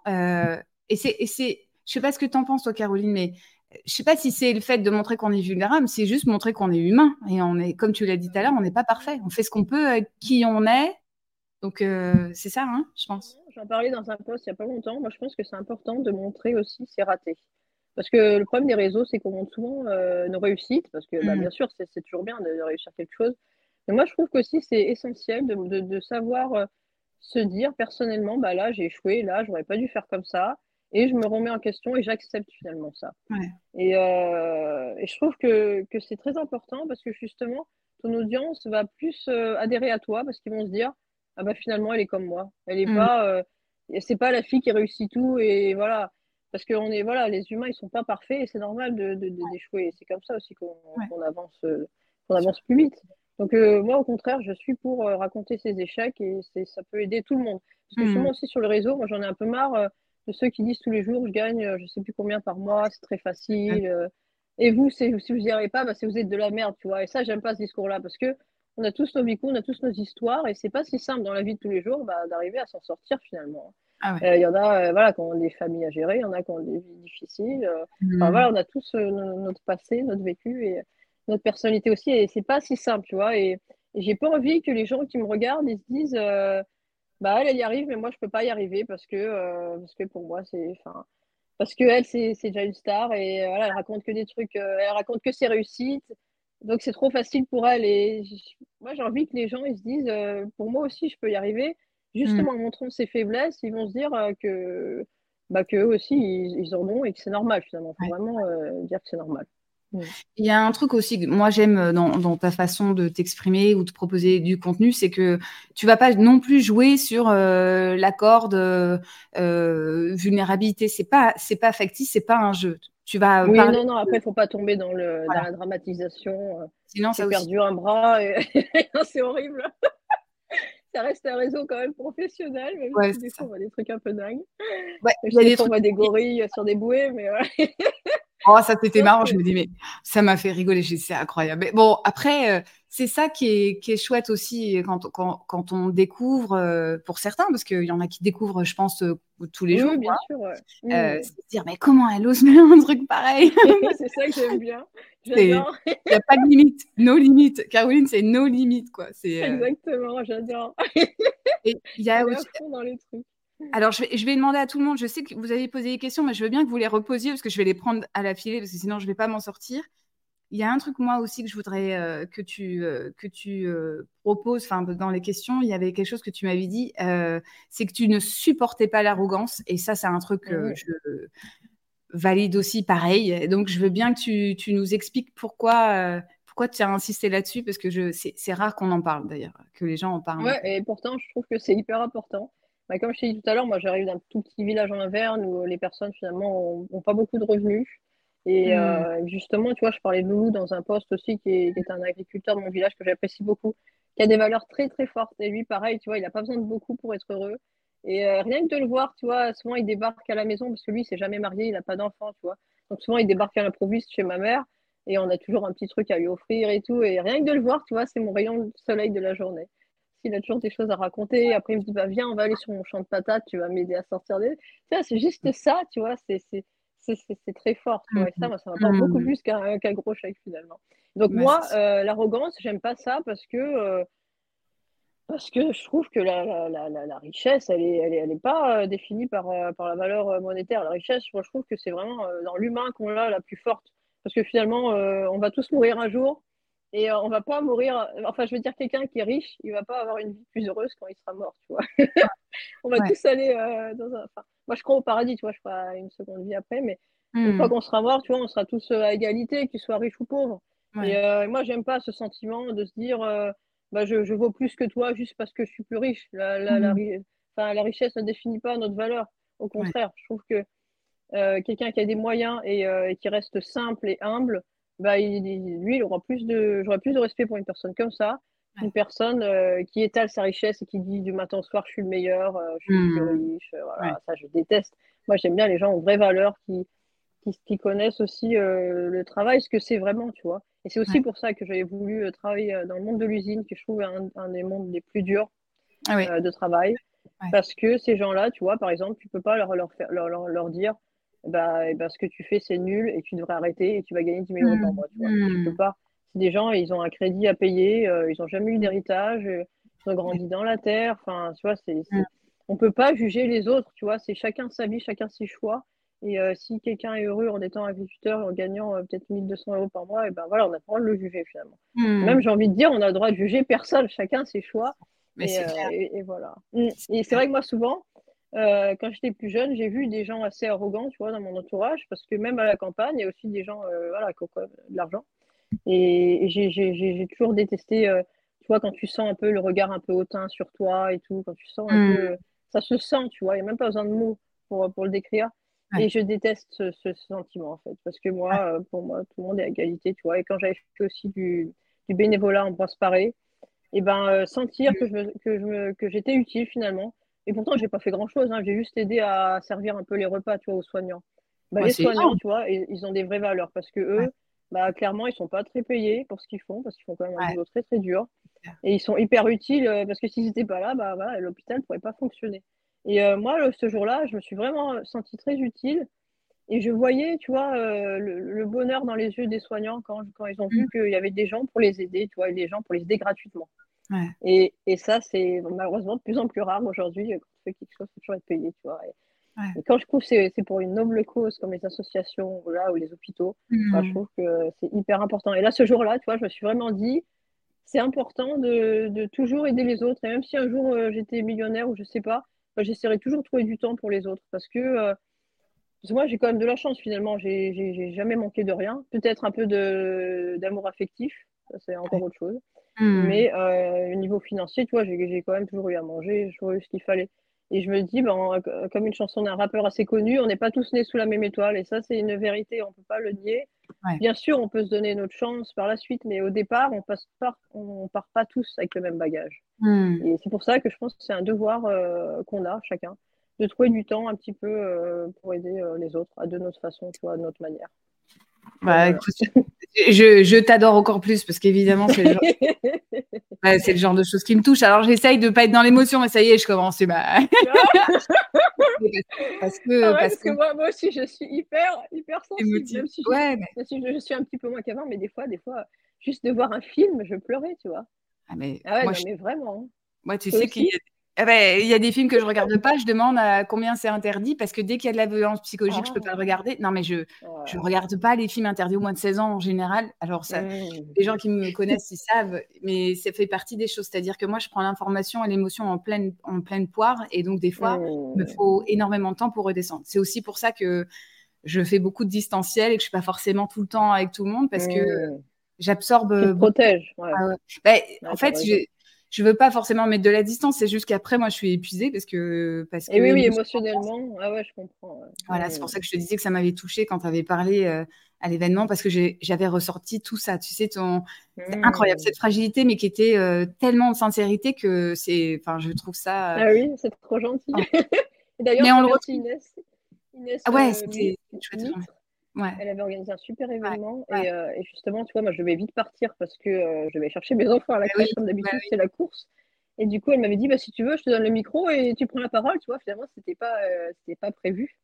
je sais pas ce que tu en penses, toi, Caroline, mais je sais pas si c'est le fait de montrer qu'on est vulnérable, c'est juste montrer qu'on est humain. Et on est, comme tu l'as dit tout à l'heure, on n'est pas parfait. On fait ce qu'on peut avec qui on est. Donc, c'est ça, hein, je pense. J'en parlais dans un post il y a pas longtemps. Moi, je pense que c'est important de montrer aussi ses ratés. Parce que le problème des réseaux, c'est qu'on montre souvent nos réussites, parce que bah, Mm, bien sûr, c'est toujours bien de réussir quelque chose. Mais moi, je trouve qu'aussi, c'est essentiel de savoir se dire personnellement, bah là, j'ai échoué, là, j'aurais pas dû faire comme ça, et je me remets en question et j'accepte finalement ça. ouais. Et je trouve que c'est très important parce que justement, ton audience va plus adhérer à toi parce qu'ils vont se dire, ah bah finalement, elle est comme moi. Elle est Mm, pas, c'est pas la fille qui réussit tout et voilà. Parce que voilà, les humains, ils sont pas parfaits et c'est normal d'échouer. Et c'est comme ça aussi ouais, qu'on sûr. avance plus vite. Donc moi, au contraire, je suis pour raconter ses échecs et ça peut aider tout le monde. Parce que Mm, justement aussi sur le réseau, moi j'en ai un peu marre de ceux qui disent tous les jours, je gagne je sais plus combien par mois, c'est très facile. Et vous, si vous n'y arrivez pas, bah, c'est vous êtes de la merde, tu vois. Et ça, j'aime pas ce discours-là parce que on a tous nos bicous, on a tous nos histoires et c'est pas si simple dans la vie de tous les jours bah, d'arriver à s'en sortir finalement. ah ouais. Il y en a voilà, qui ont des familles à gérer, il y en a qui ont des vies difficiles. Enfin Mm, voilà, on a tous notre passé, notre vécu et notre personnalité aussi et c'est pas si simple, tu vois. Et j'ai pas envie que les gens qui me regardent, ils se disent bah elle y arrive, mais moi je peux pas y arriver parce que pour moi c'est, enfin, parce que elle c'est déjà une star et voilà, elle raconte que des trucs, elle raconte que ses réussites, donc c'est trop facile pour elle. Et moi j'ai envie que les gens ils se disent, pour moi aussi je peux y arriver, mm. justement en montrant ses faiblesses, ils vont se dire que bah que eux aussi ils en ont et que c'est normal finalement. Faut Ouais. vraiment dire que c'est normal. Mm. Il y a un truc aussi que moi j'aime dans ta façon de t'exprimer ou de proposer du contenu, c'est que tu vas pas non plus jouer sur la corde vulnérabilité. C'est pas factice, c'est pas un jeu. tu vas Oui, parler, non, non, après, il faut pas tomber dans voilà. la dramatisation. Sinon, J'ai ça aussi. perdu un bras et c'est horrible. Ça reste un réseau quand même professionnel, même Ouais, si des c'est ça. fois on voit des trucs un peu dingues. Ouais, Je il y a sais des des fois on trucs. voit des gorilles sur des bouées, mais Oh, ça, c'était non, marrant. Je c'est me dis, mais ça m'a fait rigoler. C'est incroyable. Mais bon, après, c'est ça qui est chouette aussi quand on découvre, pour certains, parce qu'il y en a qui découvrent, je pense, tous les oui, jours, oui, quoi. bien sûr, ouais. Mmh. C'est se dire, mais comment elle ose faire un truc pareil? C'est ça que j'aime bien. Il J'adore. n'y a pas de limite, no limite. Caroline, c'est no limite, quoi. Exactement, j'adore. Et il y a Elle est à aussi. fond dans les trucs. Alors, je vais demander à tout le monde. Je sais que vous avez posé des questions, mais je veux bien que vous les reposiez parce que je vais les prendre à la filée parce que sinon, je ne vais pas m'en sortir. Il y a un truc, moi aussi, que je voudrais que tu proposes. Enfin, dans les questions, il y avait quelque chose que tu m'avais dit. C'est que tu ne supportais pas l'arrogance. Et ça, c'est un truc que Mmh. je valide aussi pareil. Et donc, je veux bien que tu nous expliques pourquoi tu as insisté là-dessus parce que c'est rare qu'on en parle, d'ailleurs, que les gens en parlent un Ouais peu. et pourtant je trouve que c'est hyper important. Bah, comme je t'ai dit tout à l'heure, moi j'arrive d'un tout petit village en Auvergne où les personnes finalement ont pas beaucoup de revenus et Mmh. justement, tu vois, je parlais de Loulou dans un poste aussi qui est un agriculteur de mon village que j'apprécie beaucoup, qui a des valeurs très, très fortes et lui pareil, tu vois, il a pas besoin de beaucoup pour être heureux et rien que de le voir, tu vois, souvent il débarque à la maison parce que lui il s'est jamais marié, il a pas d'enfant, tu vois? Donc souvent il débarque à l'improviste chez ma mère et on a toujours un petit truc à lui offrir et tout et rien que de le voir, tu vois, c'est mon rayon de soleil de la journée. Il a toujours des choses à raconter. Après, il me dit, bah, viens, on va aller sur mon champ de patates, tu vas m'aider à sortir des. Tu vois, c'est juste ça, tu vois, c'est très fort, tu vois. Et ça, Mmh. moi, ça m'apporte beaucoup Mmh. plus qu'un gros chèque, finalement. Donc, Bah, c'est moi, sûr. l'arrogance, j'aime pas ça parce que je trouve que la richesse, elle est pas définie par la valeur monétaire. La richesse, moi, je trouve que c'est vraiment dans l'humain qu'on l'a la plus forte. Parce que finalement, on va tous mourir un jour et on va pas mourir. Enfin, je veux dire, quelqu'un qui est riche, il va pas avoir une vie plus heureuse quand il sera mort, tu vois. On va Ouais. tous aller dans un. Enfin, moi, je crois au paradis, tu vois, je ferai une seconde vie après, mais une fois Mmh. qu'on sera mort, tu vois, on sera tous à égalité, qu'ils soient riches ou pauvres. Ouais. Et moi, j'aime pas ce sentiment de se dire, bah, je vaux plus que toi juste parce que je suis plus riche. Mmh. Enfin, la richesse ne définit pas notre valeur. Au Ouais. contraire, je trouve que quelqu'un qui a des moyens et qui reste simple et humble, bah, lui, j'aurais plus de respect pour une personne comme ça Ouais. qu'une personne qui étale sa richesse et qui dit du matin au soir, je suis le meilleur, je suis le plus Mmh. riche. Ouais. Voilà, ça, je déteste. Moi, j'aime bien les gens aux vraies valeurs qui connaissent aussi le travail, ce que c'est vraiment, tu vois. Et c'est Ouais. aussi pour ça que j'avais voulu travailler dans le monde de l'usine, que je trouve un des mondes les plus durs Ah oui. de travail. Ouais. Parce que ces gens-là, tu vois, par exemple, tu peux pas leur dire, bah, ce que tu fais, c'est nul et tu devrais arrêter et tu vas gagner 10 000 € par Mmh. mois, tu vois. Tu peux Mmh. pas. C'est des gens, ils ont un crédit à payer, ils ont jamais eu Mmh. d'héritage, ils ont Ouais. grandi dans la terre. Enfin, tu vois, Mmh. on peut pas juger les autres, tu vois. C'est chacun sa vie, chacun ses choix. Et si quelqu'un est heureux en étant agriculteur et en gagnant peut-être 1 200 € par mois, et ben voilà, on a pas le droit de le juger finalement. Même, Mmh. j'ai envie de dire, on a le droit de juger personne, chacun ses choix. Mais c'est clair. Et voilà. Et c'est Clair. vrai que moi, souvent, quand j'étais plus jeune, j'ai vu des gens assez arrogants, tu vois, dans mon entourage, parce que même à la campagne, il y a aussi des gens, voilà, qui ont quand même de l'argent. Et j'ai toujours détesté, tu vois, quand tu sens un peu le regard un peu hautain sur toi et tout, quand tu sens un Mmh. peu, ça se sent, tu vois, il n'y a même pas besoin de mots pour le décrire. Ouais. Et je déteste ce sentiment, en fait, parce que Ouais. moi, pour moi, tout le monde est à égalité, tu vois. Et quand j'avais fait aussi du bénévolat en brosse parée, et ben, sentir Mmh. que j'étais utile finalement. Et pourtant, j'ai pas fait grand-chose, hein, j'ai juste aidé à servir un peu les repas, tu vois, aux soignants. Bah, Ouais, les c'est soignants, énorme. tu vois, ils ont des vraies valeurs parce que Ouais. eux, bah, clairement, ils sont pas très payés pour ce qu'ils font, parce qu'ils font quand même un Ouais. boulot très, très dur. C'est clair. Et ils sont hyper utiles parce que s'ils étaient pas là, bah, voilà, l'hôpital pourrait pas fonctionner. Et moi, ce jour-là, je me suis vraiment sentie très utile et je voyais, tu vois, le bonheur dans les yeux des soignants quand ils ont Mmh. vu qu'il y avait des gens pour les aider, tu vois, et des gens pour les aider gratuitement. Ouais. Et ça, c'est malheureusement de plus en plus rare aujourd'hui. Quand tu fais quelque chose, il faut toujours être payé, tu vois. Ouais. Et quand je trouve que c'est pour une noble cause comme les associations là, ou les hôpitaux, bah, je Mmh. trouve que c'est hyper important. Et là, ce jour-là, tu vois, je me suis vraiment dit, c'est important de toujours aider les autres. Et même si un jour j'étais millionnaire ou je sais pas, bah, j'essaierai toujours de trouver du temps pour les autres. Parce que moi, j'ai quand même de la chance finalement. J'ai jamais manqué de rien. Peut-être un peu d'amour affectif, ça c'est encore Ouais. autre chose. Mmh. Mais au niveau financier, tu vois, j'ai quand même toujours eu à manger, j'ai toujours eu ce qu'il fallait. Et je me dis, ben, comme une chanson d'un rappeur assez connu, on n'est pas tous nés sous la même étoile. Et ça, c'est une vérité, on ne peut pas le nier. Ouais. Bien sûr, on peut se donner notre chance par la suite, mais au départ, on part pas tous avec le même bagage. Hmm. Et c'est pour ça que je pense que c'est un devoir qu'on a chacun, de trouver du temps un petit peu pour aider les autres, de notre façon, tu vois, de notre manière. Donc, Bah, voilà. écoute, je t'adore encore plus parce qu'évidemment, ouais, c'est le genre de choses qui me touchent. Alors, j'essaye de pas être dans l'émotion, mais ça y est, je commence. Ah ouais, Parce parce que que moi aussi, je suis hyper sensible, émotive. Ouais, mais, même si je suis un petit peu moins qu'avant, mais des fois, juste de voir un film, je pleurais, tu vois. ah, mais Ah ouais, moi, non, mais vraiment, hein. moi, tu Toi sais qu'il y aussi? a, ah ben, il y a des films que je regarde pas. Je demande à combien c'est interdit parce que dès qu'il y a de la violence psychologique, je peux pas le Ah, regarder. Non, mais je ah, regarde pas les films interdits au moins de 16 ans en général. Alors, ça, mmh, les gens qui me connaissent, ils savent, mais ça fait partie des choses. C'est-à-dire que moi, je prends l'information et l'émotion en pleine poire. Et donc, des fois, il me mmh, faut énormément de temps pour redescendre. C'est aussi pour ça que je fais beaucoup de distanciel et que je suis pas forcément tout le temps avec tout le monde parce que mmh. Tu te j'absorbe beaucoup. protèges, ouais. Ah ouais. Ben, en Ouais, t'as fait, raison. je veux pas forcément mettre de la distance. C'est juste qu'après, moi, je suis épuisée parce que Et oui, oui, émotionnellement, émotionnellement, ah ouais, je comprends, voilà, c'est ouais. pour ça que je te disais que ça m'avait touchée quand tu avais parlé à l'événement parce que j'avais ressorti tout ça. Tu sais, c'est incroyable Mmh. cette fragilité, mais qui était tellement de sincérité que enfin, je trouve ça. Ah oui, c'est trop gentil. Oh. Et d'ailleurs, Mais je on le remercie retrouve. Inès Ah ouais, c'était une chouette journée. Mitre. Ouais, Elle avait organisé un super ouais, événement ouais. et justement, tu vois, moi, je devais vite partir parce que je devais chercher mes enfants à la Bah oui, crèche comme bah d'habitude, oui. c'est la course. Et du coup, elle m'avait dit, bah, si tu veux, je te donne le micro et tu prends la parole. Tu vois, finalement, c'était pas prévu.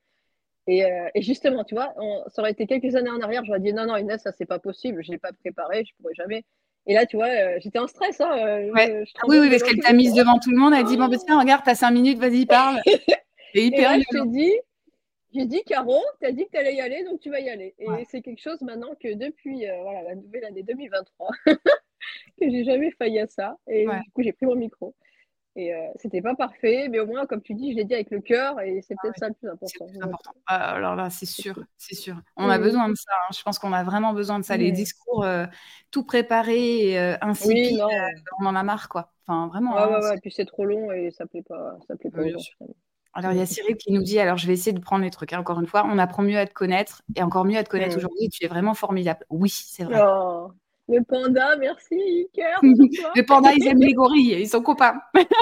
Et justement, tu vois, ça aurait été quelques années en arrière, j'aurais dit, non, non, Inès, ça, c'est pas possible, je l'ai pas préparé, je pourrais jamais. Et là, tu vois, j'étais en stress, hein, Ouais. je Ah oui, tremblais oui, parce devant qu'elle tout le t'a monde. mise devant tout le monde. Elle a dit, bon, bah, tiens, regarde, t'as 5 minutes, vas-y, parle. C'est Et hyper là, je violent. t'ai dit, j'ai dit, Caro, tu as dit que tu allais y aller, donc tu vas y aller. Ouais. Et c'est quelque chose maintenant que depuis voilà, la nouvelle année 2023, que j'ai jamais failli à ça. Et Ouais. du coup, j'ai pris mon micro. Et c'était pas parfait, mais au moins, comme tu dis, je l'ai dit avec le cœur, et c'est Ah peut-être ouais. ça le plus C'est le important. plus Donc, important. Ah, alors là, c'est c'est sûr, cool. c'est sûr. On a Mmh. besoin de ça, hein. Je pense qu'on a vraiment besoin de ça. Les Mmh. discours tout préparés, et, Oui, insipides, non. on en a marre, quoi. Enfin, vraiment, Ouais, hein, ouais, ouais. Puis c'est trop long et ça plaît pas bien aux gens, sûr. finalement. Alors, il y a Cyril qui nous dit, alors je vais essayer de prendre les trucs, hein, encore une fois, on apprend mieux à te connaître et encore mieux à te connaître Mmh. aujourd'hui. Tu es vraiment formidable. Oui, c'est vrai. Oh, le panda, merci, cœur sur toi. Les pandas, ils aiment les gorilles, ils sont copains.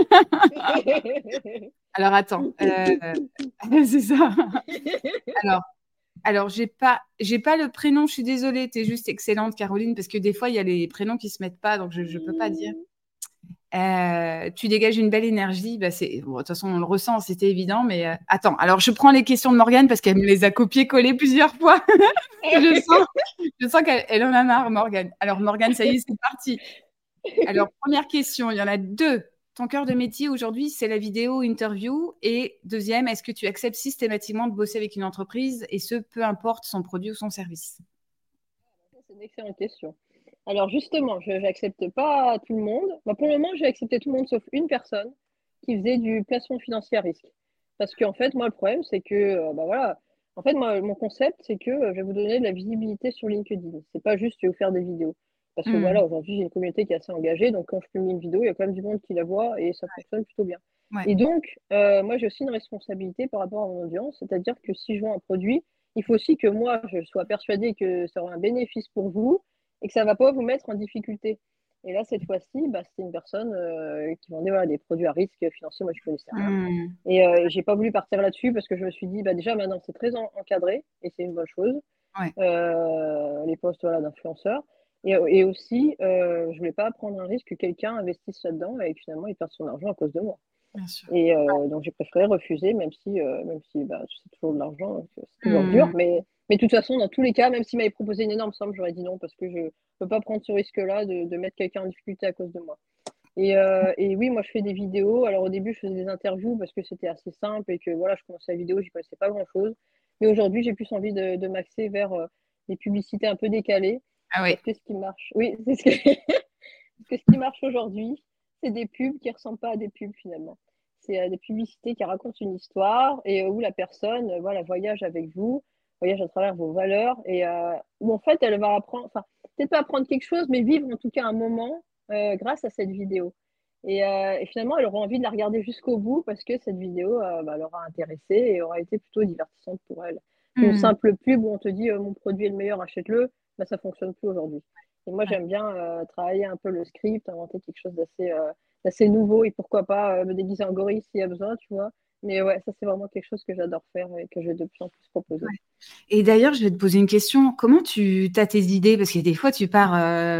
Alors, attends, c'est ça. Alors, j'ai pas le prénom, je suis désolée, tu es juste excellente, Caroline, parce que des fois, il y a les prénoms qui se mettent pas, donc je peux pas dire. Tu dégages une belle énergie. Bah, bon, de toute façon, on le ressent, c'était évident, mais attends. Alors, je prends les questions de Morgane parce qu'elle me les a copiées-collées plusieurs fois. Je sens, je sens qu'elle en a marre, Morgane. Alors, Morgane, ça y est, c'est parti. Alors, première question, il y en a deux. Ton cœur de métier aujourd'hui, c'est la vidéo interview. Et deuxième, est-ce que tu acceptes systématiquement de bosser avec une entreprise et ce, peu importe son produit ou son service? C'est une excellente question. Alors justement, je n'accepte pas tout le monde. Bah, pour le moment, j'ai accepté tout le monde sauf une personne qui faisait du placement financier à risque. Parce qu'en fait, moi, le problème, c'est que, bah voilà, en fait, moi, mon concept, c'est que je vais vous donner de la visibilité sur LinkedIn. C'est pas juste je vais vous faire des vidéos. Parce que Hmm. voilà, aujourd'hui, j'ai une communauté qui est assez engagée, donc quand je publie une vidéo, il y a quand même du monde qui la voit et ça fonctionne plutôt bien. Ouais. Et donc, moi, j'ai aussi une responsabilité par rapport à mon audience, c'est-à-dire que si je vends un produit, il faut aussi que moi, je sois persuadée que ça aura un bénéfice pour vous et que ça ne va pas vous mettre en difficulté. Et là, cette fois-ci, bah, c'était une personne qui vendait voilà, des produits à risque financier. Moi, je ne connaissais rien. Hmm. Et je n'ai pas voulu partir là-dessus parce que je me suis dit, bah, déjà, maintenant, c'est très encadré et c'est une bonne chose, Ouais. les postes voilà, d'influenceurs. Et aussi, je ne voulais pas prendre un risque que quelqu'un investisse là-dedans et que finalement, il perde son argent à cause de moi. Bien sûr. Et donc, j'ai préféré refuser, même si bah, c'est toujours de l'argent, donc c'est toujours dur. Hmm. Mais de toute façon, dans tous les cas, même s'il m'avait proposé une énorme somme, j'aurais dit non parce que je ne peux pas prendre ce risque-là de mettre quelqu'un en difficulté à cause de moi. Et oui, moi, je fais des vidéos. Alors, au début, je faisais des interviews parce que c'était assez simple et que voilà, je commençais la vidéo, j'y connaissais pas grand-chose. Mais aujourd'hui, j'ai plus envie de m'axer vers des publicités un peu décalées Ah oui. parce que ce qui marche, oui, c'est ce que, parce que ce qui marche aujourd'hui, c'est des pubs qui ressemblent pas à des pubs finalement. C'est des publicités qui racontent une histoire et où la personne voilà, voyage avec vous, voyage à travers vos valeurs et où en fait elle va apprendre, enfin peut-être pas apprendre quelque chose, mais vivre en tout cas un moment grâce à cette vidéo. Et finalement, elle aura envie de la regarder jusqu'au bout parce que cette vidéo l'aura intéressée et aura été plutôt divertissante pour elle. Qu'une Mmh. simple pub où on te dit mon produit est le meilleur, achète-le, ça fonctionne plus aujourd'hui. Et moi, Ouais. j'aime bien travailler un peu le script, inventer quelque chose d'assez nouveau et pourquoi pas me déguiser en gorille s'il y a besoin, tu vois. Mais ouais, ça, c'est vraiment quelque chose que j'adore faire et que je vais de plus en plus proposer. Ouais. Et d'ailleurs, je vais te poser une question. Comment tu as tes idées? Parce que des fois, tu pars,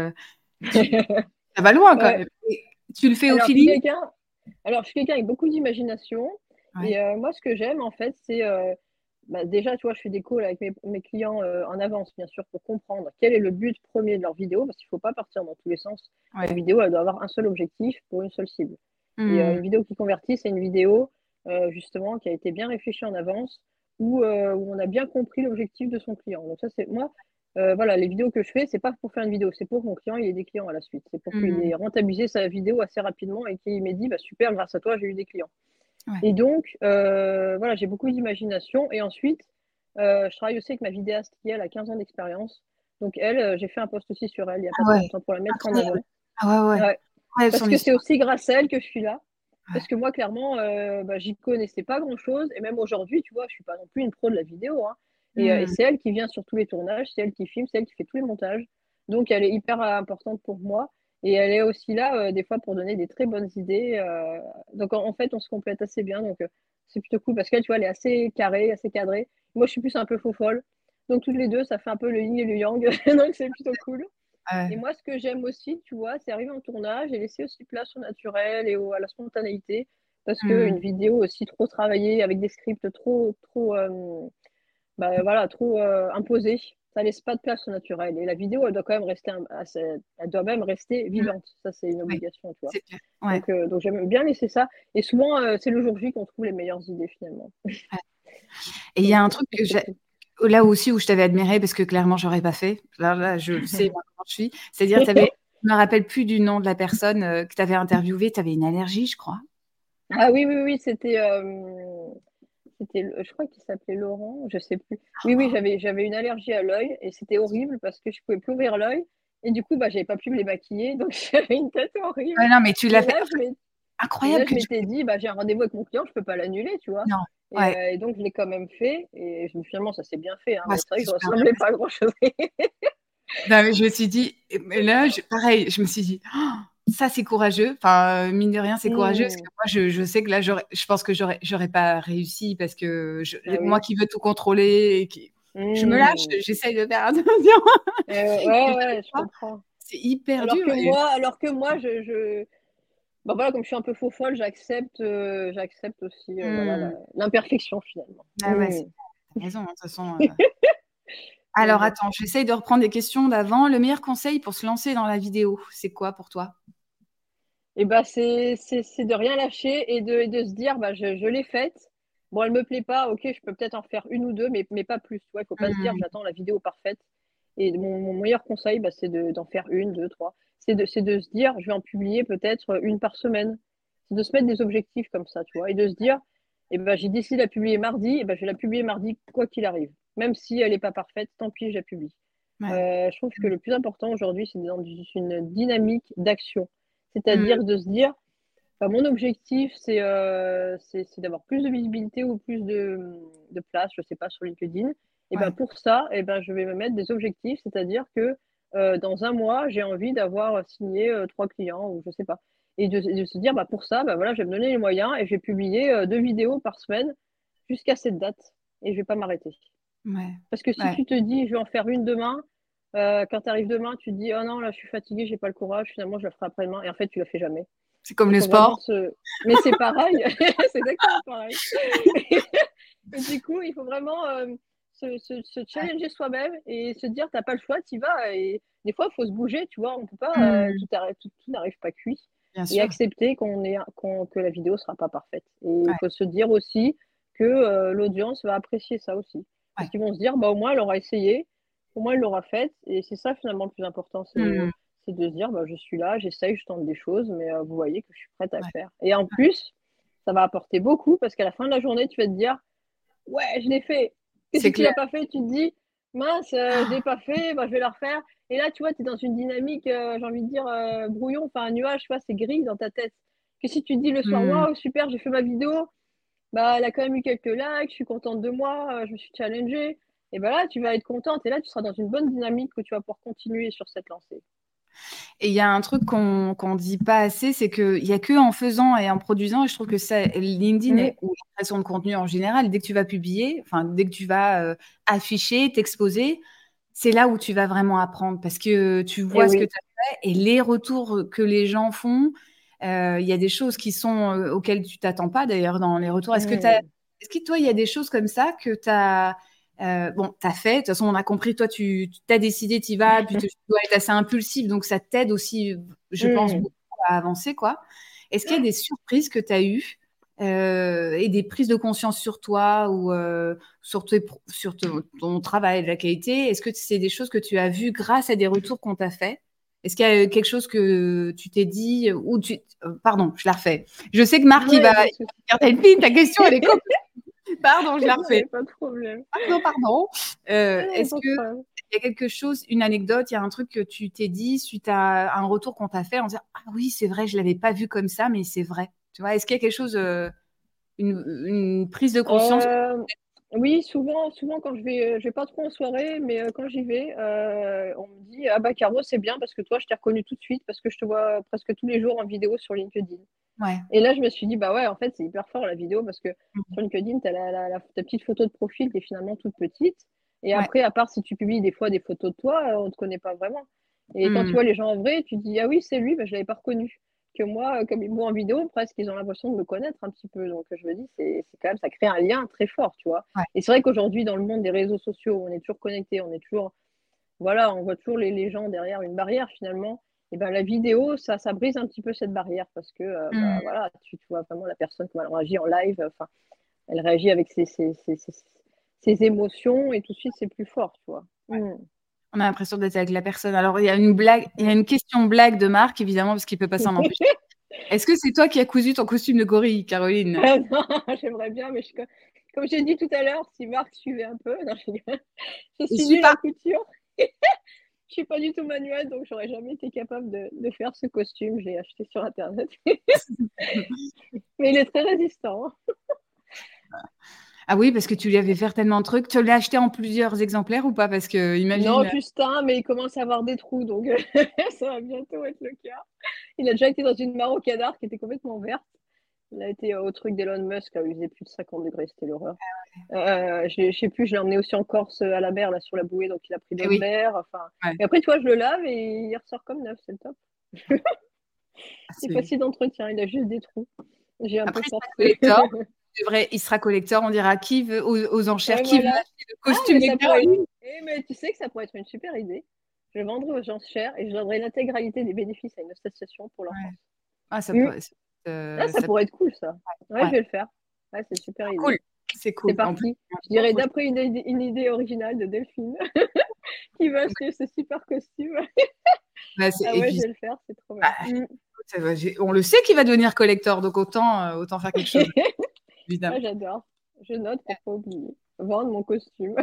ça va loin quand Ouais. même. Et tu le fais au Alors, je suis feeling? quelqu'un alors, je suis quelqu'un avec beaucoup d'imagination et Ouais. moi, ce que j'aime, en fait, c'est, déjà, tu vois, je fais des calls avec mes clients, en avance, bien sûr, pour comprendre quel est le but premier de leur vidéo, parce qu'il faut pas partir dans tous les sens. La Ouais. vidéo, elle doit avoir un seul objectif pour une seule cible et Mmh. une vidéo qui convertit, c'est une vidéo, justement, qui a été bien réfléchie en avance, où on a bien compris l'objectif de son client. Donc ça, c'est moi, voilà, les vidéos que je fais, c'est pas pour faire une vidéo, c'est pour que mon client, il ait des clients à la suite. C'est pour qu'il Mmh. ait rentabilisé sa vidéo assez rapidement et qu'il m'ait dit: «Bah, super, grâce à toi, j'ai eu des clients». Ouais. Et donc, voilà, j'ai beaucoup d'imagination et ensuite, je travaille aussi avec ma vidéaste qui, elle, a 15 ans d'expérience. Donc elle, j'ai fait un post aussi sur elle il y a pas Ah très ouais, longtemps pour la mettre en incroyable. avant. Ah ouais, ouais. Ouais, Incroyable parce son que c'est histoire. aussi grâce à elle que je suis là. Ouais. Parce que moi, clairement, j'y connaissais pas grand-chose et même aujourd'hui, tu vois, je suis pas non plus une pro de la vidéo, hein. Et Mmh. c'est elle qui vient sur tous les tournages, c'est elle qui filme, c'est elle qui fait tous les montages. Donc elle est hyper, importante pour moi et elle est aussi là, des fois pour donner des très bonnes idées, donc en fait, on se complète assez bien donc c'est plutôt cool parce qu'elle, tu vois, elle est assez carrée, assez cadrée. Moi, je suis plus un peu faux-folle. Donc toutes les 2, ça fait un peu le yin et le yang, donc c'est plutôt cool. Et Ouais. moi, ce que j'aime aussi, tu vois, c'est arriver en tournage et laisser aussi place au naturel et à la spontanéité. Parce Mmh. qu'une vidéo aussi trop travaillée, avec des scripts trop, voilà, trop imposés, ça laisse pas de place au naturel. Et la vidéo, elle doit quand même rester, elle doit même rester Mmh. vivante. Ça, c'est une Ouais, obligation, tu vois. c'est clair. Ouais. Donc j'aime bien laisser ça. Et souvent, c'est le jour J qu'on trouve les meilleures idées, finalement. Ouais. Et il y Donc, a un truc donc que c'est j'ai cool. là aussi où je t'avais admirée parce que clairement j'aurais pas fait. Là, je le sais moi comment je suis. C'est-à-dire tu avais je me rappelle plus du nom de la personne, que tu avais interviewée, tu avais une allergie, je crois? Ah oui, oui, oui, c'était je crois qu'il s'appelait Laurent, je sais plus. Oui, oui, j'avais une allergie à l'œil et c'était horrible parce que je pouvais plus ouvrir l'œil et du coup, j'avais pas pu me les maquiller, donc j'avais une tête horrible Ouais, non, mais tu l'as et fait là, enfin, et incroyable là, je que tu m'étais dit: «J'ai un rendez-vous avec mon client, je peux pas l'annuler», tu vois? non, ouais, Et donc je l'ai quand même fait et je finalement, ça s'est bien fait, hein, ouais, mais ça c'est vrai s'est que ça super bien ressemblait passé. pas à grand chose. Non, mais je me suis dit mais là, pareil, je me suis dit: «Oh, ça c'est courageux». Enfin, mine de rien, c'est courageux parce que Mmh. moi je sais que là, je pense que j'aurais pas réussi parce que Ah moi oui. qui veux tout contrôler et qui je me lâche, Mmh. j'essaye de faire attention et Ouais, j'arrive ouais, je pas. comprends. C'est hyper Alors dur que et moi, voilà, comme je suis un peu faux folle, j'accepte aussi, voilà, mmh. l'imperfection finalement. Ah ouais, Mmh. c'est tu as raison, hein, de toute façon, Mais alors bon. attends, j'essaye de reprendre des questions d'avant. Le meilleur conseil pour se lancer dans la vidéo, c'est quoi pour toi? Et bah, c'est de rien lâcher et de se dire: «Je l'ai faite. Bon, elle me plaît pas, OK, je peux peut-être en faire une ou 2, mais pas plus». Tu vois? Il faut pas se dire: Mmh. «J'attends la vidéo parfaite» et mon meilleur conseil, c'est d'en faire une, 2, 3. C'est de se dire: «Je vais en publier peut-être, une par semaine». C'est de se mettre des objectifs comme ça, tu vois? Et de se dire: «Et bah, j'ai décidé de la publier mardi, et bah, je vais la publier mardi quoi qu'il arrive. Même si elle est pas parfaite, tant pis, je la publie». Ouais. Je trouve que le plus important aujourd'hui, c'est dans une dynamique d'action. Mmh. C'est-à-dire de se dire: mon objectif, c'est d'avoir plus de visibilité ou plus de place, je sais pas, sur LinkedIn et ben, Ouais. pour ça et ben, je vais me mettre des objectifs, c'est-à-dire que, dans un mois, j'ai envie d'avoir signé, 3 clients ou je sais pas et de se dire: «Pour ça, voilà, je vais me donner les moyens et je vais publier, 2 vidéos par semaine jusqu'à cette date et je vais pas m'arrêter». Ouais. Parce que si Ouais. tu te dis: «Je vais en faire une demain», quand tu arrives demain, tu te dis: «Oh non, là, je suis fatiguée, j'ai pas le courage, finalement, je la ferai après-demain» et en fait, tu la fais jamais. C'est comme Il le faut vraiment sport. se mais c'est pareil, c'est exactement pareil et du coup, il faut vraiment, se Ouais. challenger soi-même et se dire: «Tu pas le choix, tu y vas» et des fois, il faut se bouger, tu vois? On peut pas, Mmh. tout n'arrive pas cuit Bien et sûr. accepter que la vidéo sera pas parfaite et il Ouais. faut se dire aussi que, l'audience va apprécier ça aussi. Parce Ouais. qu'ils vont se dire: «Au moins elle aura essayé, au moins elle l'aura faite» et c'est ça finalement le plus important, Mmh. c'est de se dire: «Je suis là, j'essaye, je tente des choses, mais vous voyez que je suis prête à le Ouais. faire» et en plus, ça va apporter beaucoup parce qu'à la fin de la journée, tu vas te dire: «Ouais, je l'ai fait». Et C'est si tu clair. l'as pas fait, tu te dis: «Mince, je l'ai pas fait, je vais la refaire» et là, tu vois, tu es dans une dynamique, j'ai envie de dire, brouillon, enfin un nuage, tu vois, c'est gris dans ta tête. Que si tu te dis le soir, Mmh. waouh, super, j'ai fait ma vidéo, bah, elle a quand même eu quelques likes, je suis contente de moi, je me suis challengée. Et bah là, tu vas être contente et là, tu seras dans une bonne dynamique où tu vas pouvoir continuer sur cette lancée. Et il y a un truc qu'on dit pas assez, c'est qu'il y a que en faisant et en produisant, et je trouve que ça, LinkedIn Mmh. ou la création de contenu en général, dès que tu vas publier, enfin, dès que tu vas afficher, t'exposer, c'est là où tu vas vraiment apprendre parce que tu Et vois ce que oui. tu as fait et les retours que les gens font. Il y a des choses qui sont auxquelles tu t'attends pas d'ailleurs dans les retours. Mmh. Est-ce que toi, il y a des choses comme ça que tu as bon, t'as fait, de toute façon, on a compris, toi, tu t'as décidé, tu y vas, puis tu dois être assez impulsif, donc ça t'aide aussi, je pense, Mmh. beaucoup à avancer, quoi. Est-ce qu'il y a des surprises que tu as eues et des prises de conscience sur toi ou sur ton travail, la qualité? Est-ce que c'est des choses que tu as vues grâce à des retours qu'on t'a fait? Est-ce qu'il y a quelque chose que tu t'es dit ou pardon, je la refais. Je sais que Marc, il Ouais, va pas de souci. faire ta question, elle est complète. Pardon, je la Non, il y refais. a pas de problème. Pardon. Ah non, il y a Est-ce pas de qu'il problème. y a quelque chose, une anecdote, il y a un truc que tu t'es dit suite à un retour qu'on t'a fait en disant ah oui, c'est vrai, je l'avais pas vu comme ça, mais c'est vrai. Tu vois, est-ce qu'il y a quelque chose, une prise de conscience? Heu, oui, souvent quand je vais pas trop en soirée, mais quand j'y vais, on me dit: «Ah bah Caro, c'est bien parce que toi, je t'ai reconnu tout de suite parce que je te vois presque tous les jours en vidéo sur LinkedIn». Ouais. Et là, je me suis dit: «Bah ouais, en fait, c'est hyper fort la vidéo» parce que Mmh. sur LinkedIn, tu as ta petite photo de profil qui est finalement toute petite et Ouais. après, à part si tu publies des fois des photos de toi, on te connaît pas vraiment et quand tu Mmh. vois les gens en vrai, tu te dis: «Ah oui, c'est lui, bah, je l'avais pas reconnu». Que moi, comme ils me voient en vidéo, presque, ils ont l'impression de me connaître un petit peu donc je me dis: «C'est quand même ça crée un lien très fort», tu vois? Ouais. Et c'est vrai qu'aujourd'hui, dans le monde des réseaux sociaux, où on est toujours connectés, on est toujours voilà, on voit toujours les gens derrière une barrière finalement et ben, la vidéo, ça brise un petit peu cette barrière parce que, bah, Mmh. voilà, tu vois vraiment la personne comment elle réagit en live, enfin, elle réagit avec ses émotions et tout de suite, c'est plus fort, tu vois? Mmh. On a l'impression d'être avec la personne. Alors, il y a une blague, il y a Mmh. une question blague de Marc, évidemment, parce qu'il peut pas s'en empêcher. Est-ce que c'est toi qui as cousu ton costume de gorille, Caroline? Ah non, j'aimerais bien, mais je comme j'ai dit tout à l'heure, si Marc suivait un peu, non, je rigole. Je Je suis suis nulle pas. en couture. Je suis pas du tout manuelle, donc j'aurais jamais été capable de faire ce costume. Je l'ai acheté sur internet. Mais il est très résistant, hein. Ah oui, parce que tu lui avais fait tellement de trucs. Tu l'as acheté en plusieurs exemplaires ou pas? Parce que Non, imagine. juste un, mais il commence à avoir des trous, donc ça va bientôt être le cas. Il a déjà été dans une mare au canard qui était complètement verte. Il a été au truc d'Elon Musk, là où il faisait plus de 50 degrés, c'était l'horreur. Je sais plus, je l'ai emmené aussi en Corse, à la mer, là, sur la bouée, donc il a pris Eh l'eau de oui, mer, enfin ouais. et après, tu vois, je le lave et il ressort comme neuf, c'est le top. Ah, C'est facile d'entretien, il a juste des trous. J'ai un peu après, il sera forcé. collector. Il sera collector. On dira qui veut, aux enchères, Ouais, qui veut voilà. acheter le Ah, costume mais de ça pourrait Caroline? mais tu sais que ça pourrait être une super idée. Je le vendrais aux gens chers et je donnerais l'intégralité des bénéfices à une association pour Ouais. l'enfance. Ah, ça Mmh. peut, Ah, ça ça peut- pourrait être cool ça. Ouais, je ouais. vais le faire. Ouais, c'est une super idée. Cool. C'est C'est cool. En plus, parti. c'est un Je beau dirais projet. d'après une idée originale de Delphine qui va acheter ce super costume. Bah, Ah et ouais, je puis, vais le faire, c'est trop bah, bien. Mmh. on le sait qu'il va devenir collector, donc autant faire quelque chose, Ah, évidemment. j'adore. Je note pour pas oublier. Vendre mon costume.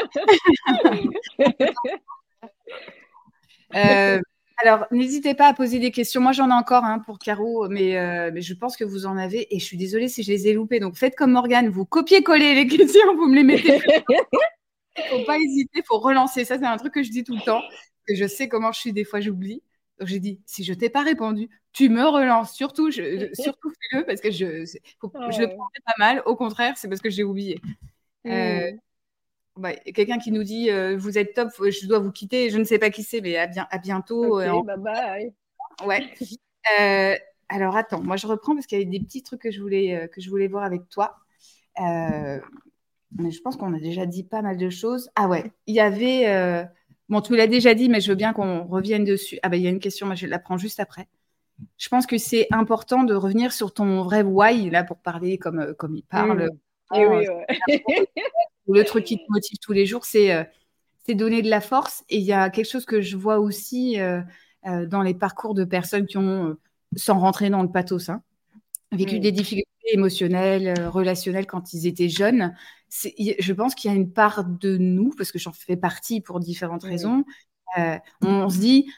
Euh, alors, n'hésitez pas à poser des questions. Moi, j'en ai encore pour Caro, mais je pense que vous en avez. Et je suis désolée si je les ai loupées. Donc, faites comme Morgane, vous copiez-collez les questions, vous me les mettez plus. Il ne faut pas hésiter, il faut relancer. Ça, c'est un truc que je dis tout le temps. Que je sais comment je suis, des fois, j'oublie. Donc, j'ai dit, si je t'ai pas répondu, tu me relances. Surtout, surtout fais-le parce que je le Ah, prendrai pas mal. Au contraire, c'est parce que j'ai oublié. Euh, mmh. ouais, quelqu'un qui nous dit vous êtes top, je dois vous quitter. Je ne sais pas qui c'est, mais à bientôt. OK, bye bye. Ouais. Euh, alors attends, moi je reprends parce qu'il y avait des petits trucs que je voulais voir avec toi. Euh, mais je pense qu'on a déjà dit pas mal de choses. Ah ouais, il y avait. Bon, tu me l'as déjà dit, mais je veux bien qu'on revienne dessus. Ah ben, il y a une question, moi je la prends juste après. Je pense que c'est important de revenir sur ton vrai why, là, pour parler comme il parle. Mmh. Et oui, ouais. Le truc qui te motive tous les jours, c'est donner de la force. Et il y a quelque chose que je vois aussi dans les parcours de personnes qui ont, sans rentrer dans le pathos, hein, vécu Mmh. des difficultés émotionnelles, relationnelles quand ils étaient jeunes. Je pense qu'il y a une part de nous, parce que j'en fais partie pour différentes Mmh. raisons, on se dit,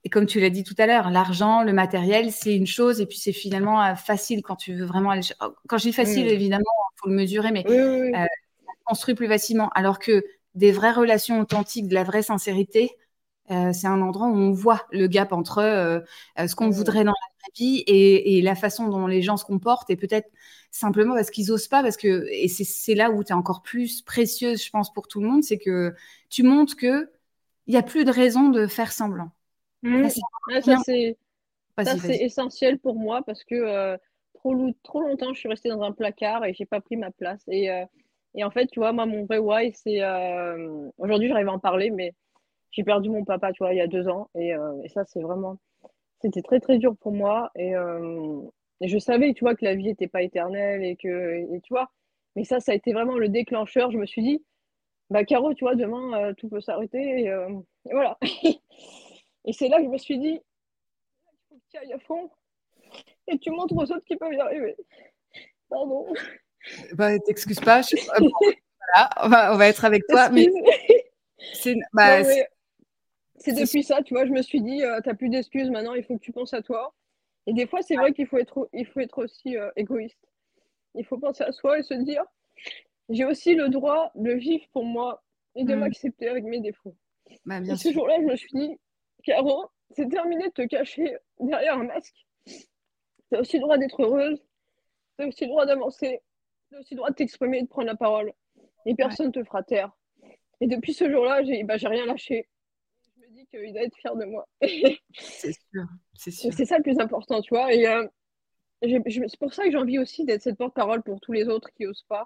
Et comme tu l'as dit tout à l'heure, l'argent, le matériel, c'est une chose, et puis c'est finalement facile quand tu veux vraiment aller. Quand je dis facile, évidemment, il faut le mesurer, mais Oui, oui, oui. ça se construit plus facilement. Alors que des vraies relations authentiques, de la vraie sincérité, c'est un endroit où on voit le gap entre ce qu'on voudrait dans la vraie vie et la façon dont les gens se comportent, et peut-être simplement parce qu'ils osent pas, et c'est là où tu es encore plus précieuse, je pense, pour tout le monde, c'est que tu montres que il n'y a plus de raison de faire semblant. Ouais, Rien. ça, Vas-y, c'est vas-y. essentiel pour moi parce que trop longtemps, je suis restée dans un placard et j'ai pas pris ma place. Et en fait, tu vois, moi, mon vrai why, c'est aujourd'hui, j'arrive à en parler, mais j'ai perdu mon papa, tu vois, il y a 2 ans. Et ça, c'était très, très dur pour moi. Et je savais, tu vois, que la vie n'était pas éternelle et tu vois, mais ça a été vraiment le déclencheur. Je me suis dit, bah, Caro, tu vois, demain, tout peut s'arrêter. Et voilà. Et c'est là que je me suis dit, il faut que tu ailles à fond et tu montres aux autres qui peuvent y arriver. Pardon. Bah, t'excuses pas. Bon, voilà, on va être avec toi. Mais Excuse. bah, Non, mais c'est c'est sûr. depuis ça, tu vois, je me suis dit, t'as plus d'excuses maintenant, il faut que tu penses à toi. Et des fois, c'est vrai qu'il faut être aussi égoïste. Il faut penser à soi et se dire, j'ai aussi le droit de vivre pour moi et de m'accepter avec mes défauts. Bah, Et bien ce sûr. jour-là, je me suis dit, Caro, c'est terminé de te cacher derrière un masque. Tu as aussi le droit d'être heureuse, tu as aussi le droit d'avancer, tu as aussi le droit de t'exprimer et de prendre la parole. Et Ouais, personne ne te fera taire. Et depuis ce jour-là, j'ai rien lâché. Je me dis qu'il doit être fier de moi. c'est sûr. C'est Et sûr. c'est ça le plus important, tu vois. Et c'est pour ça que j'ai envie aussi d'être cette porte-parole pour tous les autres qui osent pas.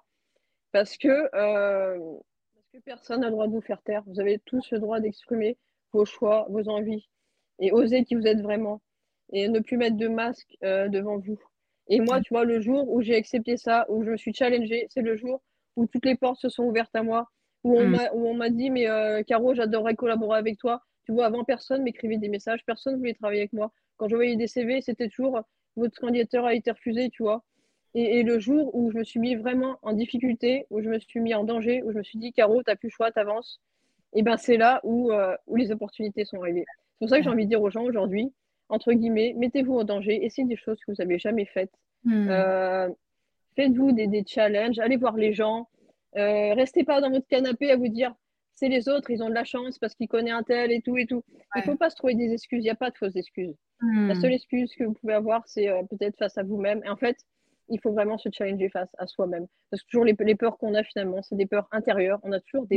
Parce que personne n'a le droit de vous faire taire. Vous avez tous le droit d'exprimer vos choix, vos envies et oser qui vous êtes vraiment et ne plus mettre de masque devant vous. Et moi, tu vois, le jour où j'ai accepté ça, où je me suis challengée, c'est le jour où toutes les portes se sont ouvertes à moi, où on m'a dit, mais Caro, j'adorerais collaborer avec toi. Tu vois, avant, personne m'écrivait des messages, personne ne voulait travailler avec moi. Quand je voyais des CV, c'était toujours votre candidature a été refusée, tu vois. Et le jour où je me suis mis vraiment en difficulté, où je me suis mis en danger, où je me suis dit, Caro, t'as plus le choix, t'avances, et ben c'est là où les opportunités sont arrivées. C'est pour ça que j'ai envie de dire aux gens aujourd'hui, entre guillemets, mettez-vous en danger, essayez des choses que vous n'avez jamais faites. Euh, Faites-vous des challenges, allez voir les gens. Restez pas dans votre canapé à vous dire, c'est les autres, ils ont de la chance parce qu'ils connaissent un tel et tout et tout. Il ne faut Ouais. pas se trouver des excuses, il n'y a pas de fausses excuses. La seule excuse que vous pouvez avoir, c'est peut-être face à vous-même. Et en fait, il faut vraiment se challenger face à soi-même. Parce que toujours les peurs qu'on a finalement, c'est des peurs intérieures. On a toujours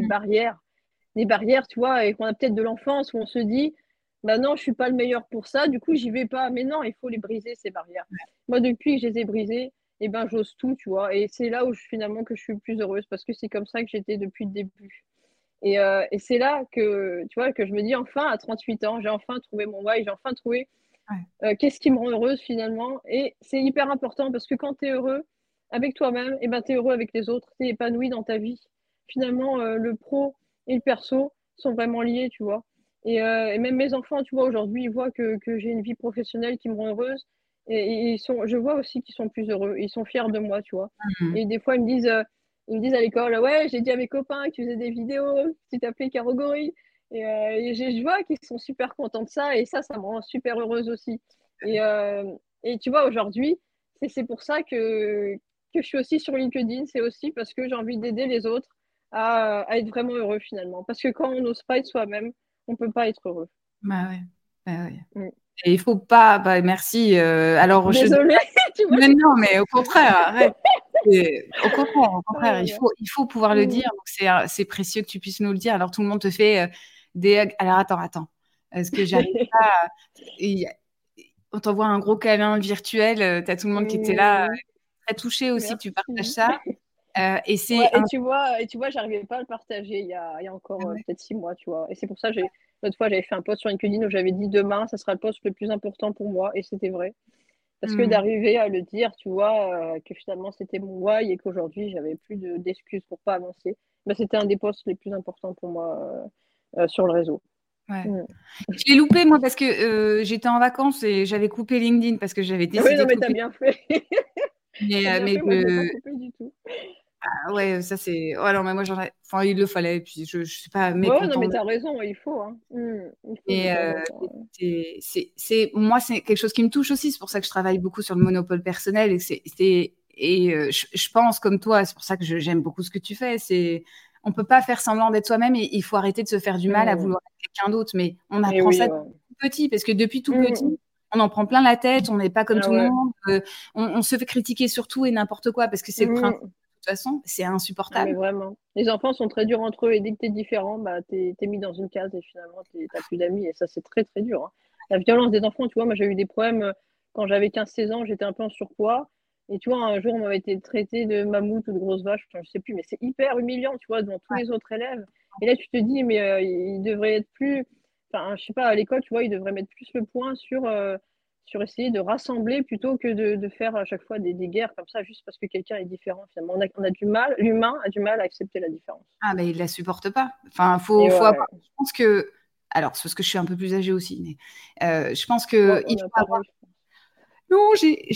des barrières, tu vois, et qu'on a peut-être de l'enfance où on se dit, bah non, je suis pas le meilleur pour ça, du coup, j'y vais pas. Mais non, il faut les briser, ces barrières. Moi, depuis que je les ai brisées, eh ben, j'ose tout, tu vois. Et c'est là où finalement que je suis le plus heureuse parce que c'est comme ça que j'étais depuis le début. Et c'est là que, tu vois, que je me dis enfin, à 38 ans, j'ai enfin trouvé mon why, j'ai enfin trouvé Ouais. qu'est-ce qui me rend heureuse finalement. Et c'est hyper important parce que quand tu es heureux avec toi-même, et ben, tu es heureux avec les autres, tu es épanoui dans ta vie. Finalement, le pro et le perso sont vraiment liés, tu vois. Et même mes enfants, tu vois, aujourd'hui, ils voient que j'ai une vie professionnelle qui me rend heureuse. Et je vois aussi qu'ils sont plus heureux. Ils sont fiers de moi, tu vois. Et des fois, ils me disent à l'école, ouais, j'ai dit à mes copains que tu faisais des vidéos, que tu t'appelais Carogori. Et je vois qu'ils sont super contents de ça. Et ça me rend super heureuse aussi. Et, euh, et tu vois, aujourd'hui, c'est pour ça que je suis aussi sur LinkedIn. C'est aussi parce que j'ai envie d'aider les autres à être vraiment heureux finalement. Parce que quand on n'ose pas être soi-même, on ne peut pas être heureux. Bah ouais. Bah ouais. Mm. Et il faut pas. Bah, merci. Alors, Désolée, tu vois. mais non, mais au contraire, arrête. Au Oh contraire, là là. il faut pouvoir le dire. Mm. Donc, c'est précieux que tu puisses nous le dire. Alors, tout le monde te fait des. Alors, attends. Est-ce que j'arrive pas il- On t'envoie un gros câlin virtuel. Tu as tout le monde qui était là, Mm. très touché aussi que tu partages Merci. ça. Et Ouais, c'est un. et tu vois, j'arrivais pas à le partager il y a Ah encore ouais. peut-être 6 mois, tu vois. Et c'est pour ça, l'autre fois, j'avais fait un post sur LinkedIn où j'avais dit demain, ça sera le post le plus important pour moi. Et c'était vrai. Parce que Hmm. d'arriver à le dire, tu vois, que finalement c'était mon why et qu'aujourd'hui j'avais plus d'excuses pour pas avancer, bah, c'était un des posts les plus importants pour moi sur le réseau. Ouais. Mm. Je l'ai loupé, moi, parce que j'étais en vacances et j'avais coupé LinkedIn parce que j'avais Oui, décidé non, de mais t'as couper. bien fait. T'as bien Mais fait, moi je l'ai pas coupé du tout. Ah ouais, ça c'est. Oh non, mais moi enfin, il le fallait, puis je suis pas Ouais, non, mais mécontente. t'as raison, il faut, hein. Il faut de Et temps en temps. moi, c'est quelque chose qui me touche aussi. C'est pour ça que je travaille beaucoup sur le monopole personnel. Je pense comme toi, c'est pour ça que j'aime beaucoup ce que tu fais. On peut pas faire semblant d'être soi-même et il faut arrêter de se faire du mal à Mmh. vouloir être quelqu'un d'autre. Mais on Et apprend oui, ça ouais. depuis tout petit, parce que depuis tout Mmh. petit, on en prend plein la tête. On n'est pas comme Ah tout le ouais. monde. On se fait critiquer sur tout et n'importe quoi parce que c'est le principe. Mmh. De toute façon, c'est Ah, mais insupportable. vraiment. Les enfants sont très durs entre eux et dès que t'es différent, bah, t'es mis dans une case et finalement, t'as plus d'amis et ça, c'est très, très dur, hein. La violence des enfants, tu vois, moi, j'ai eu des problèmes quand j'avais 15-16 ans, j'étais un peu en surpoids. Et tu vois, un jour, on m'avait été traité de mammouth ou de grosse vache, enfin, je sais plus, mais c'est hyper humiliant, tu vois, devant tous Ouais. les autres élèves. Et là, tu te dis, mais il devrait être plus. Enfin, je sais pas, à l'école, tu vois, il devrait mettre plus le point sur essayer de rassembler plutôt que de faire à chaque fois des guerres comme ça, juste parce que quelqu'un est différent. Finalement, on a du mal, l'humain a du mal à accepter la différence. Ah, mais il la supporte pas. Enfin, Et faut avoir. ouais, Je pense que. Alors, c'est parce que je suis un peu plus âgée aussi, mais je pense bon, que il on a faut avoir. pareil. Non,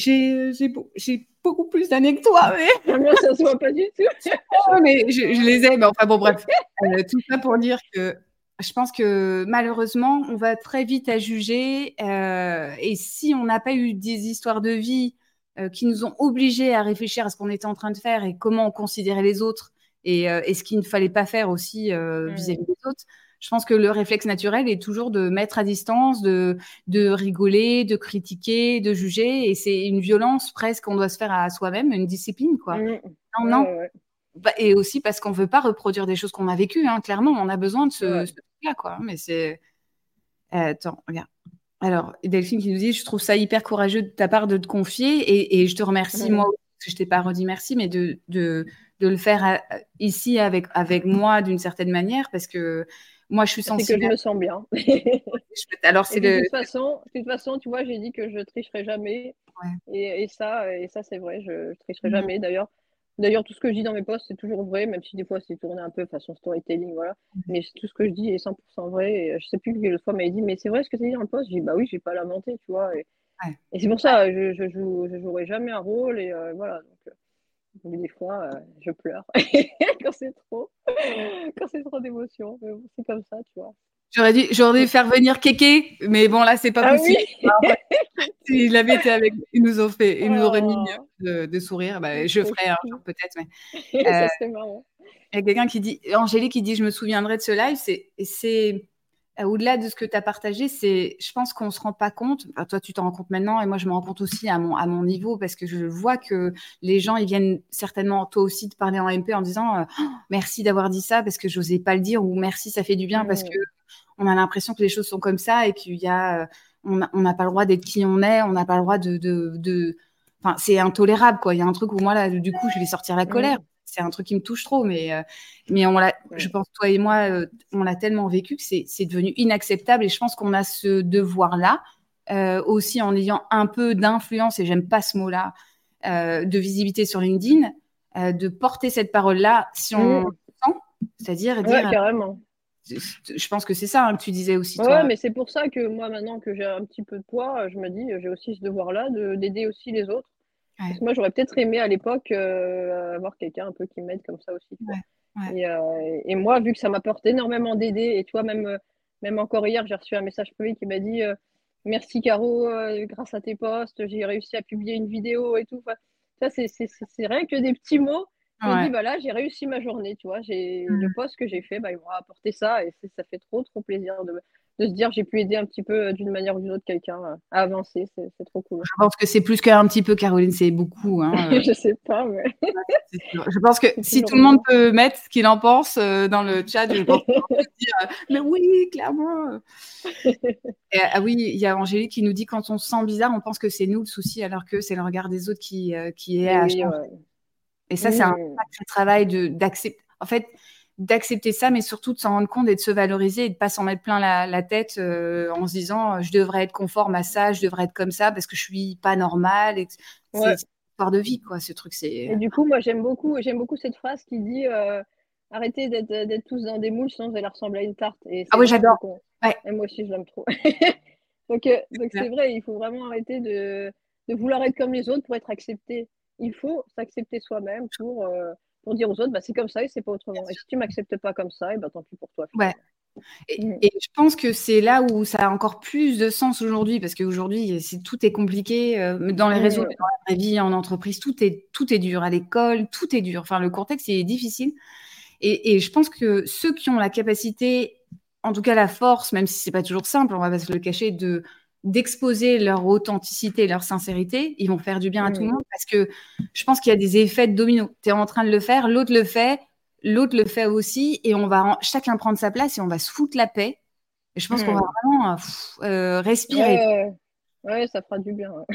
j'ai beaucoup plus d'années que toi, mais, Moi, ça se voit pas du tout. oh, mais je Non, les ai. Mais enfin bon, bref. Tout ça pour dire que je pense que malheureusement, on va très vite à juger. Et si on n'a pas eu des histoires de vie qui nous ont obligés à réfléchir à ce qu'on était en train de faire et comment on considérait les autres et ce qu'il ne fallait pas faire aussi vis-à-vis des autres, je pense que le réflexe naturel est toujours de mettre à distance, de rigoler, de critiquer, de juger. Et c'est une violence presque qu'on doit se faire à soi-même, une discipline, quoi. ouais, Non, non. ouais, Et aussi parce qu'on veut pas reproduire des choses qu'on a vécues, hein, clairement. On a besoin de ouais. ce truc-là, quoi. Mais c'est. Attends, regarde. Alors, Delphine qui nous dit, je trouve ça hyper courageux de ta part de te confier et je te remercie, moi, Ouais. aussi, parce que je t'ai pas redit merci, mais de le faire ici avec moi d'une certaine manière, parce que moi, je suis C'est que sensible je à me sens bien. Alors, Et c'est puis le. de toute façon, tu vois, j'ai dit que je tricherai jamais. Ouais. Et ça, c'est vrai, je tricherai Mhm. jamais. D'ailleurs, tout ce que je dis dans mes posts, c'est toujours vrai, même si des fois c'est tourné un peu façon storytelling, voilà. Mais tout ce que je dis est 100% vrai. Et je sais plus qui l'autre fois m'avait dit, mais c'est vrai ce que tu as dit dans le post. Je dis, bah oui, j'ai pas lamenté, tu vois. Ouais. Et c'est pour ça, je jouerai jamais un rôle. Et voilà. Donc, des fois, je pleure quand c'est trop, quand c'est trop d'émotions. Mais bon, c'est comme ça, tu vois. J'aurais dû faire venir Kéké, mais bon, là, c'est pas Ah oui! possible. S'il avait été avec nous, il nous aurait mis Oh, de sourire. Bah, c'est je trop ferai un jour chou. peut-être, mais. Euh, Ça serait marrant. Il y a quelqu'un qui dit, Angélique qui dit, je me souviendrai de ce live. C'est au-delà de ce que tu as partagé, je pense qu'on se rend pas compte. Enfin, toi, tu t'en rends compte maintenant, et moi, je me rends compte aussi à mon niveau, parce que je vois que les gens, ils viennent certainement, toi aussi, te parler en MP en disant, oh, merci d'avoir dit ça, parce que j'osais pas le dire, ou merci, ça fait du bien, parce que Mmh. on a l'impression que les choses sont comme ça, et qu'il y a, on n'a pas le droit d'être qui on est, on n'a pas le droit enfin, c'est intolérable, quoi. Il y a un truc où moi, là, du coup, je vais sortir la colère. Mmh. C'est un truc qui me touche trop, mais je Ouais. pense, toi et moi, on l'a tellement vécu que c'est devenu inacceptable. Et je pense qu'on a ce devoir-là, aussi en ayant un peu d'influence, et j'aime pas ce mot-là, de visibilité sur LinkedIn, de porter cette parole-là si on le Mmh. sent, c'est-à-dire Ouais, dire, carrément. je pense que c'est ça que tu disais aussi, Ouais, toi. mais c'est pour ça que moi, maintenant que j'ai un petit peu de poids, je me dis, j'ai aussi ce devoir-là d'aider aussi les autres. Parce Ouais, que moi, j'aurais peut-être aimé à l'époque avoir quelqu'un un peu qui m'aide comme ça aussi, tu vois. ouais, ouais. Et moi, vu que ça m'apporte énormément d'aider, et tu vois, même encore hier, j'ai reçu un message privé qui m'a dit merci Caro, grâce à tes posts, j'ai réussi à publier une vidéo et tout. Enfin, ça, c'est rien que des petits mots. Je me dis, Ouais. bah là, j'ai réussi ma journée, tu vois. Le Mm. post que j'ai fait, bah, il m'aura apporté ça, et ça fait trop, trop plaisir de se dire j'ai pu aider un petit peu d'une manière ou d'une autre quelqu'un à avancer. C'est trop cool. Je pense que c'est plus qu'un petit peu, Caroline, c'est beaucoup, hein. Je sais pas, mais C'est sûr. Je pense que c'est si toujours tout le monde bien. peut mettre ce qu'il en pense dans le chat, je pense qu'on peut dire mais oui, clairement. Et, ah oui, il y a Angélique qui nous dit quand on se sent bizarre, on pense que c'est nous le souci, alors que c'est le regard des autres qui est Et à oui, changer. ouais. Et ça, c'est un Mmh. sacré travail d'accepter. En fait, d'accepter ça, mais surtout de s'en rendre compte et de se valoriser et de pas s'en mettre plein la tête en se disant je devrais être conforme à ça, je devrais être comme ça parce que je suis pas normale. C'est Ouais. une histoire de vie, quoi. Ce truc, c'est. Et du coup, moi, j'aime beaucoup cette phrase qui dit arrêtez d'être tous dans des moules, sinon vous allez ressembler à une tarte. Et Ah c'est oui, vrai, il faut j'adore. qu'on. Ouais, Et moi aussi, je l'aime trop. c'est Donc clair. c'est vrai, il faut vraiment arrêter de vouloir être comme les autres pour être accepté. Il faut s'accepter soi-même pour pour dire aux autres, bah, c'est comme ça et c'est pas Bien autrement. Et sûr. si tu m'acceptes pas comme ça, et bah, tant pis pour toi, Ouais. finalement. Mhm. Et je pense que c'est là où ça a encore plus de sens aujourd'hui, parce qu'aujourd'hui, tout est compliqué. Dans les réseaux, mais Mhm. dans la vraie vie, en entreprise, tout est dur. À l'école, tout est dur. Enfin, le contexte est difficile. Et je pense que ceux qui ont la capacité, en tout cas la force, même si c'est pas toujours simple, on va pas se le cacher, d'exposer leur authenticité, leur sincérité, ils vont faire du bien à tout le Mhm. monde parce que je pense qu'il y a des effets de domino. Tu es en train de le faire, l'autre le fait aussi, et on va chacun prendre sa place et on va se foutre la paix. Et je pense qu'on va Mhm. vraiment respirer. Ouais, ouais, ça fera du bien. Ouais.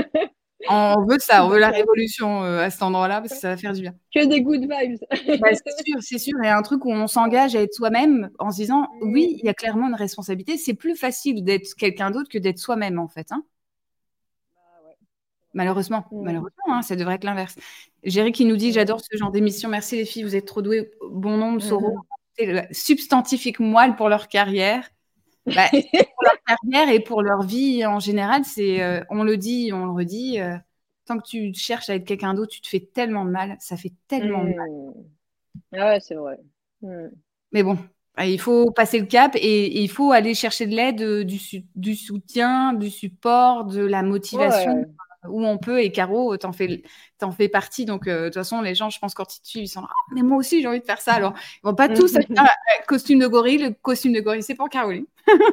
On veut Je ça, suis on veut la d'accord. révolution à cet endroit-là parce que ça va faire du bien. Que des good vibes. Bah, c'est sûr, c'est sûr. Il y a un truc où on s'engage à être soi-même en se disant, oui, Mhm. il y a clairement une responsabilité. C'est plus facile d'être quelqu'un d'autre que d'être soi-même, en fait. Hein. Bah ouais. Malheureusement, Mhm. malheureusement, hein, ça devrait être l'inverse. Géry qui nous dit, Mhm. j'adore ce genre d'émission. Merci les filles, vous êtes trop douées. Bon nombre sauront Mhm. substantifique moelle pour leur carrière. Bah, pour leur carrière et pour leur vie en général, on le dit, on le redit. Tant que tu cherches à être quelqu'un d'autre, tu te fais tellement de mal. Ça fait tellement de mal. Mhm. Ah ouais, c'est vrai. Mhm. Mais bon, il faut passer le cap et il faut aller chercher de l'aide, du soutien, du support, de la motivation Ouais. où on peut. Et Caro, t'en fais partie. Donc, de toute façon, les gens, je pense, quand ils te suivent, ils sont là, ah, mais moi aussi, j'ai envie de faire ça. Alors, ils vont pas tous être costume de gorille. Le costume de gorille, c'est pour Caroline.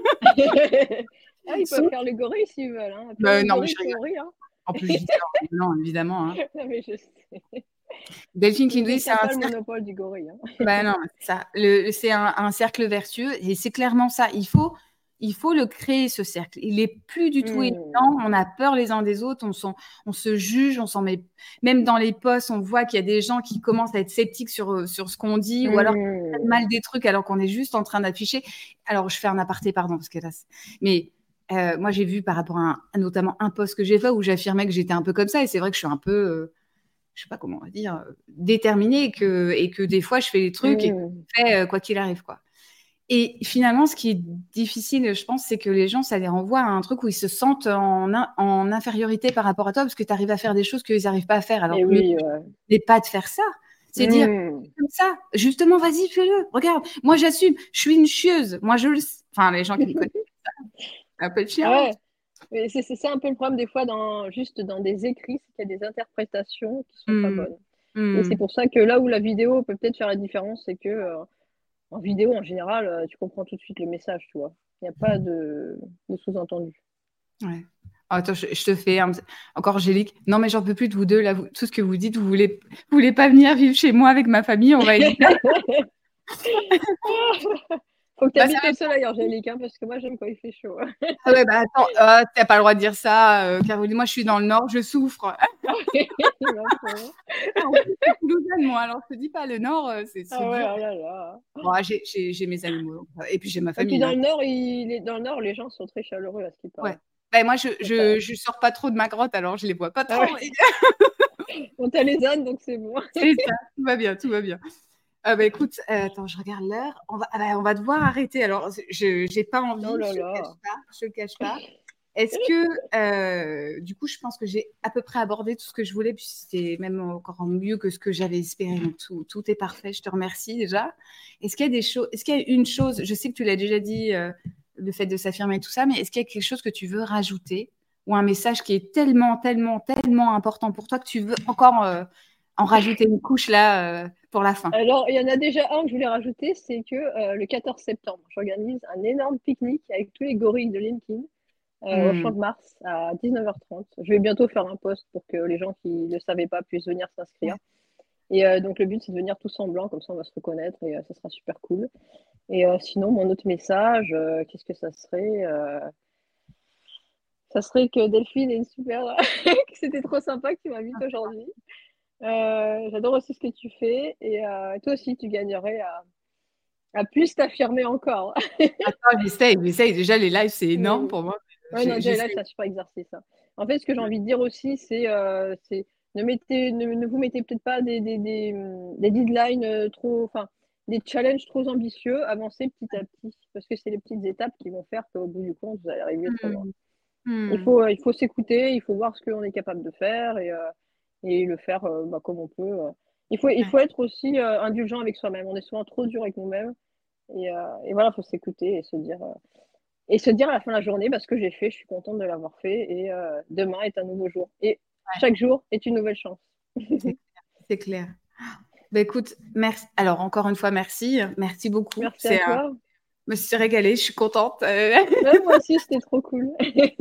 Ah, ils peuvent Sauf, faire le gorille s'ils veulent, hein. Puis il y a des non, mais je gorilles qui rigole. ont ri, hein. En plus, je dis ça. Non, évidemment. Hein. Non, mais je sais. Delphine qui Je nous dit, c'est détiens un pas le cercle. monopole du gorille, hein. Ben non, c'est ça. C'est un cercle vertueux et c'est clairement ça. Il faut le créer, ce cercle. Il est plus du tout évident. Hmm. On a peur les uns des autres. On se juge. On s'en met. Même dans les posts, on voit qu'il y a des gens qui commencent à être sceptiques sur ce qu'on dit ou alors qui prennent Hmm. mal des trucs alors qu'on est juste en train d'afficher. Alors, je fais un aparté, pardon, parce que là, mais moi, j'ai vu par rapport à notamment un post que j'ai fait où j'affirmais que j'étais un peu comme ça et c'est vrai que je suis un peu je sais pas comment on va dire, déterminée et que des fois, je fais des trucs et que Hmm. je fais quoi qu'il arrive, quoi. Et finalement, ce qui est difficile, je pense, c'est que les gens, ça les renvoie à un truc où ils se sentent en infériorité par rapport à toi parce que tu arrives à faire des choses qu'ils n'arrivent pas à faire. Alors Et que le oui, but ouais. n'est pas de faire ça. C'est dire, Hmm. comme ça, justement, vas-y, fais-le. Regarde, moi, j'assume, je suis une chieuse. Moi, je le sais. Enfin, les gens qui me connaissent, un peu de chien. Ouais. Mais c'est ça un peu le problème des fois juste dans des écrits, c'est qu'il y a des interprétations qui sont pas Hmm. bonnes. Et c'est Hmm. pour ça que là où la vidéo peut peut-être faire la différence, c'est que en vidéo, en général, tu comprends tout de suite le message, tu vois. Il n'y a pas de sous-entendu. Ouais. Oh, attends, je te fais encore Angélique. Non, mais j'en peux plus de vous deux, là. Tout ce que vous dites, vous voulez pas venir vivre chez moi avec ma famille, on va être bien. Faut que tu Bah, ça habites va au soleil, Angélique, hein, parce que moi, j'aime quand il fait chaud. ah ouais, bah attends, t'as pas le droit de dire ça, Caroline. Moi, je suis dans le Nord, je souffre. Ma pauvre. En plus, je suis toulousaine, moi, alors je te dis pas, le Nord, c'est Ah ouais, dur. oh là là. Bon, j'ai mes animaux, et puis j'ai ma Et puis famille. Hein. dans le Nord, les gens sont très chaleureux à ce qu'il Ouais. paraît. Bah, moi, Y a pas... je sors pas trop de ma grotte, alors je les vois pas Ah trop. ouais. On t'a les ânes, donc c'est bon. C'est ça, tout va bien, tout va bien. Ah bah écoute, attends, je regarde l'heure. On va devoir arrêter. Alors, je j'ai pas Oh envie, là je te le cache là. pas, je te le cache pas. Est-ce que, du coup, je pense que j'ai à peu près abordé tout ce que je voulais, puis c'était même encore mieux que ce que j'avais espéré. Donc, tout est parfait. Je te remercie déjà. Est-ce qu'il y a une chose, je sais que tu l'as déjà dit, le fait de s'affirmer et tout ça, mais est-ce qu'il y a quelque chose que tu veux rajouter ou un message qui est tellement, tellement, tellement important pour toi que tu veux encore en rajouter une couche là pour la fin? Alors, il y en a déjà un que je voulais rajouter, c'est que le 14 septembre, j'organise un énorme pique-nique avec tous les gorilles de LinkedIn au Champ Hmm. de Mars à 19h30. Je vais bientôt faire un post pour que les gens qui ne le savaient pas puissent venir s'inscrire. Et donc, le but, c'est de venir tous en blanc, comme ça, on va se reconnaître et ça sera super cool. Et sinon, mon autre message, qu'est-ce que ça serait ça serait que Delphine est une super. Que c'était trop sympa que tu m'invites aujourd'hui. J'adore aussi ce que tu fais. Et toi aussi, tu gagnerais à plus t'affirmer encore. Attends, j'essaye. Déjà, les lives, c'est énorme Mais pour moi. ouais, non, déjà, là, J'essaye. c'est un super exercice. Ça. En fait, ce que j'ai envie de dire aussi, c'est ne vous mettez peut-être pas des deadlines trop, enfin, des challenges trop ambitieux. Avancez petit à petit, parce que c'est les petites étapes qui vont faire qu'au bout du compte, vous allez arriver très loin. Hmm. Hmm. Il faut s'écouter, il faut voir ce qu'on est capable de faire et le faire comme on peut. Il Ouais. faut être aussi indulgent avec soi-même. On est souvent trop dur avec nous-mêmes. Et voilà, il faut s'écouter et se dire à la fin de la journée, bah, ce que j'ai fait, je suis contente de l'avoir fait et demain est un nouveau jour. Et Ouais, chaque jour est une nouvelle chance. c'est clair. C'est clair. Bah, écoute, merci. Alors, encore une fois, merci. Merci beaucoup. Merci à toi. Je me suis régalée, je suis contente. Ouais, moi aussi, c'était trop cool.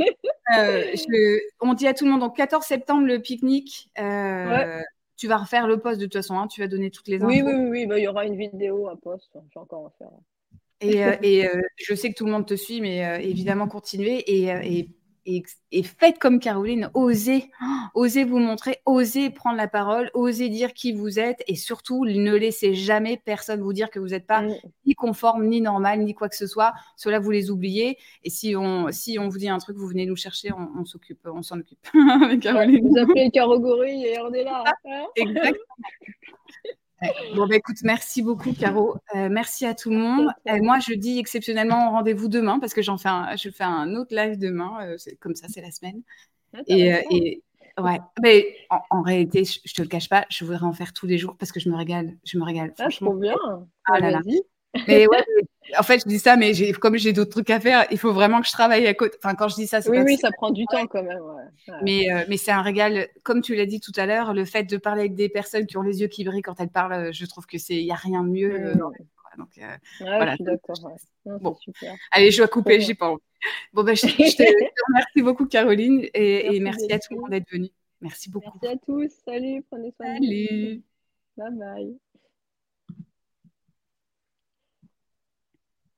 On dit à tout le monde, donc 14 septembre, le pique-nique. Ouais. Tu vas refaire le post de toute façon, hein, tu vas donner toutes les Oui, oui, infos. oui, oui. Bah, il y aura une vidéo, un post. Je vais encore en faire. Je sais que tout le monde te suit, mais évidemment, continuez et, et faites comme Caroline, osez, osez vous montrer, osez prendre la parole, osez dire qui vous êtes et surtout, ne laissez jamais personne vous dire que vous n'êtes pas Mm. ni conforme, ni normal, ni quoi que ce soit. Cela, vous les oubliez. Et si on vous dit un truc, vous venez nous chercher, on s'occupe, on s'en occupe avec Ouais. Caroline. Vous appelez Caro Gorille et on est là. Hein. Exact. Ouais. Bon, bah, écoute, merci beaucoup, Caro. Merci à tout le Merci monde. à toi. Moi, je dis exceptionnellement rendez-vous demain parce que je fais un autre live demain. Comme ça, c'est la semaine. Ah, t'arrêtes pas. Et ouais, mais en réalité, je te le cache pas, je voudrais en faire tous les jours parce que je me régale. Je me régale, Ah, franchement. trop bien. Ah Bah, là là. vas-y. Mais ouais, en fait, je dis ça, mais comme j'ai d'autres trucs à faire, il faut vraiment que je travaille à côté. Enfin, quand je dis ça, c'est Oui, pas que oui, c'est ça prend du temps quand même. Ouais. Ouais. mais c'est un régal. Comme tu l'as dit tout à l'heure, le fait de parler avec des personnes qui ont les yeux qui brillent quand elles parlent, je trouve que il y a rien de mieux dans la Mm. vie, quoi. Donc Ouais, je voilà. suis d'accord. Ouais. Non, c'est Bon, super. allez, je dois Trop couper, bien. j'ai pas envie. Bon, ben, je te remercie beaucoup, Caroline, et Merci merci à tout le monde Delphine. d'être venu. Merci beaucoup. Merci à tous. Salut, prenez soin de vous. Salut. Bye bye.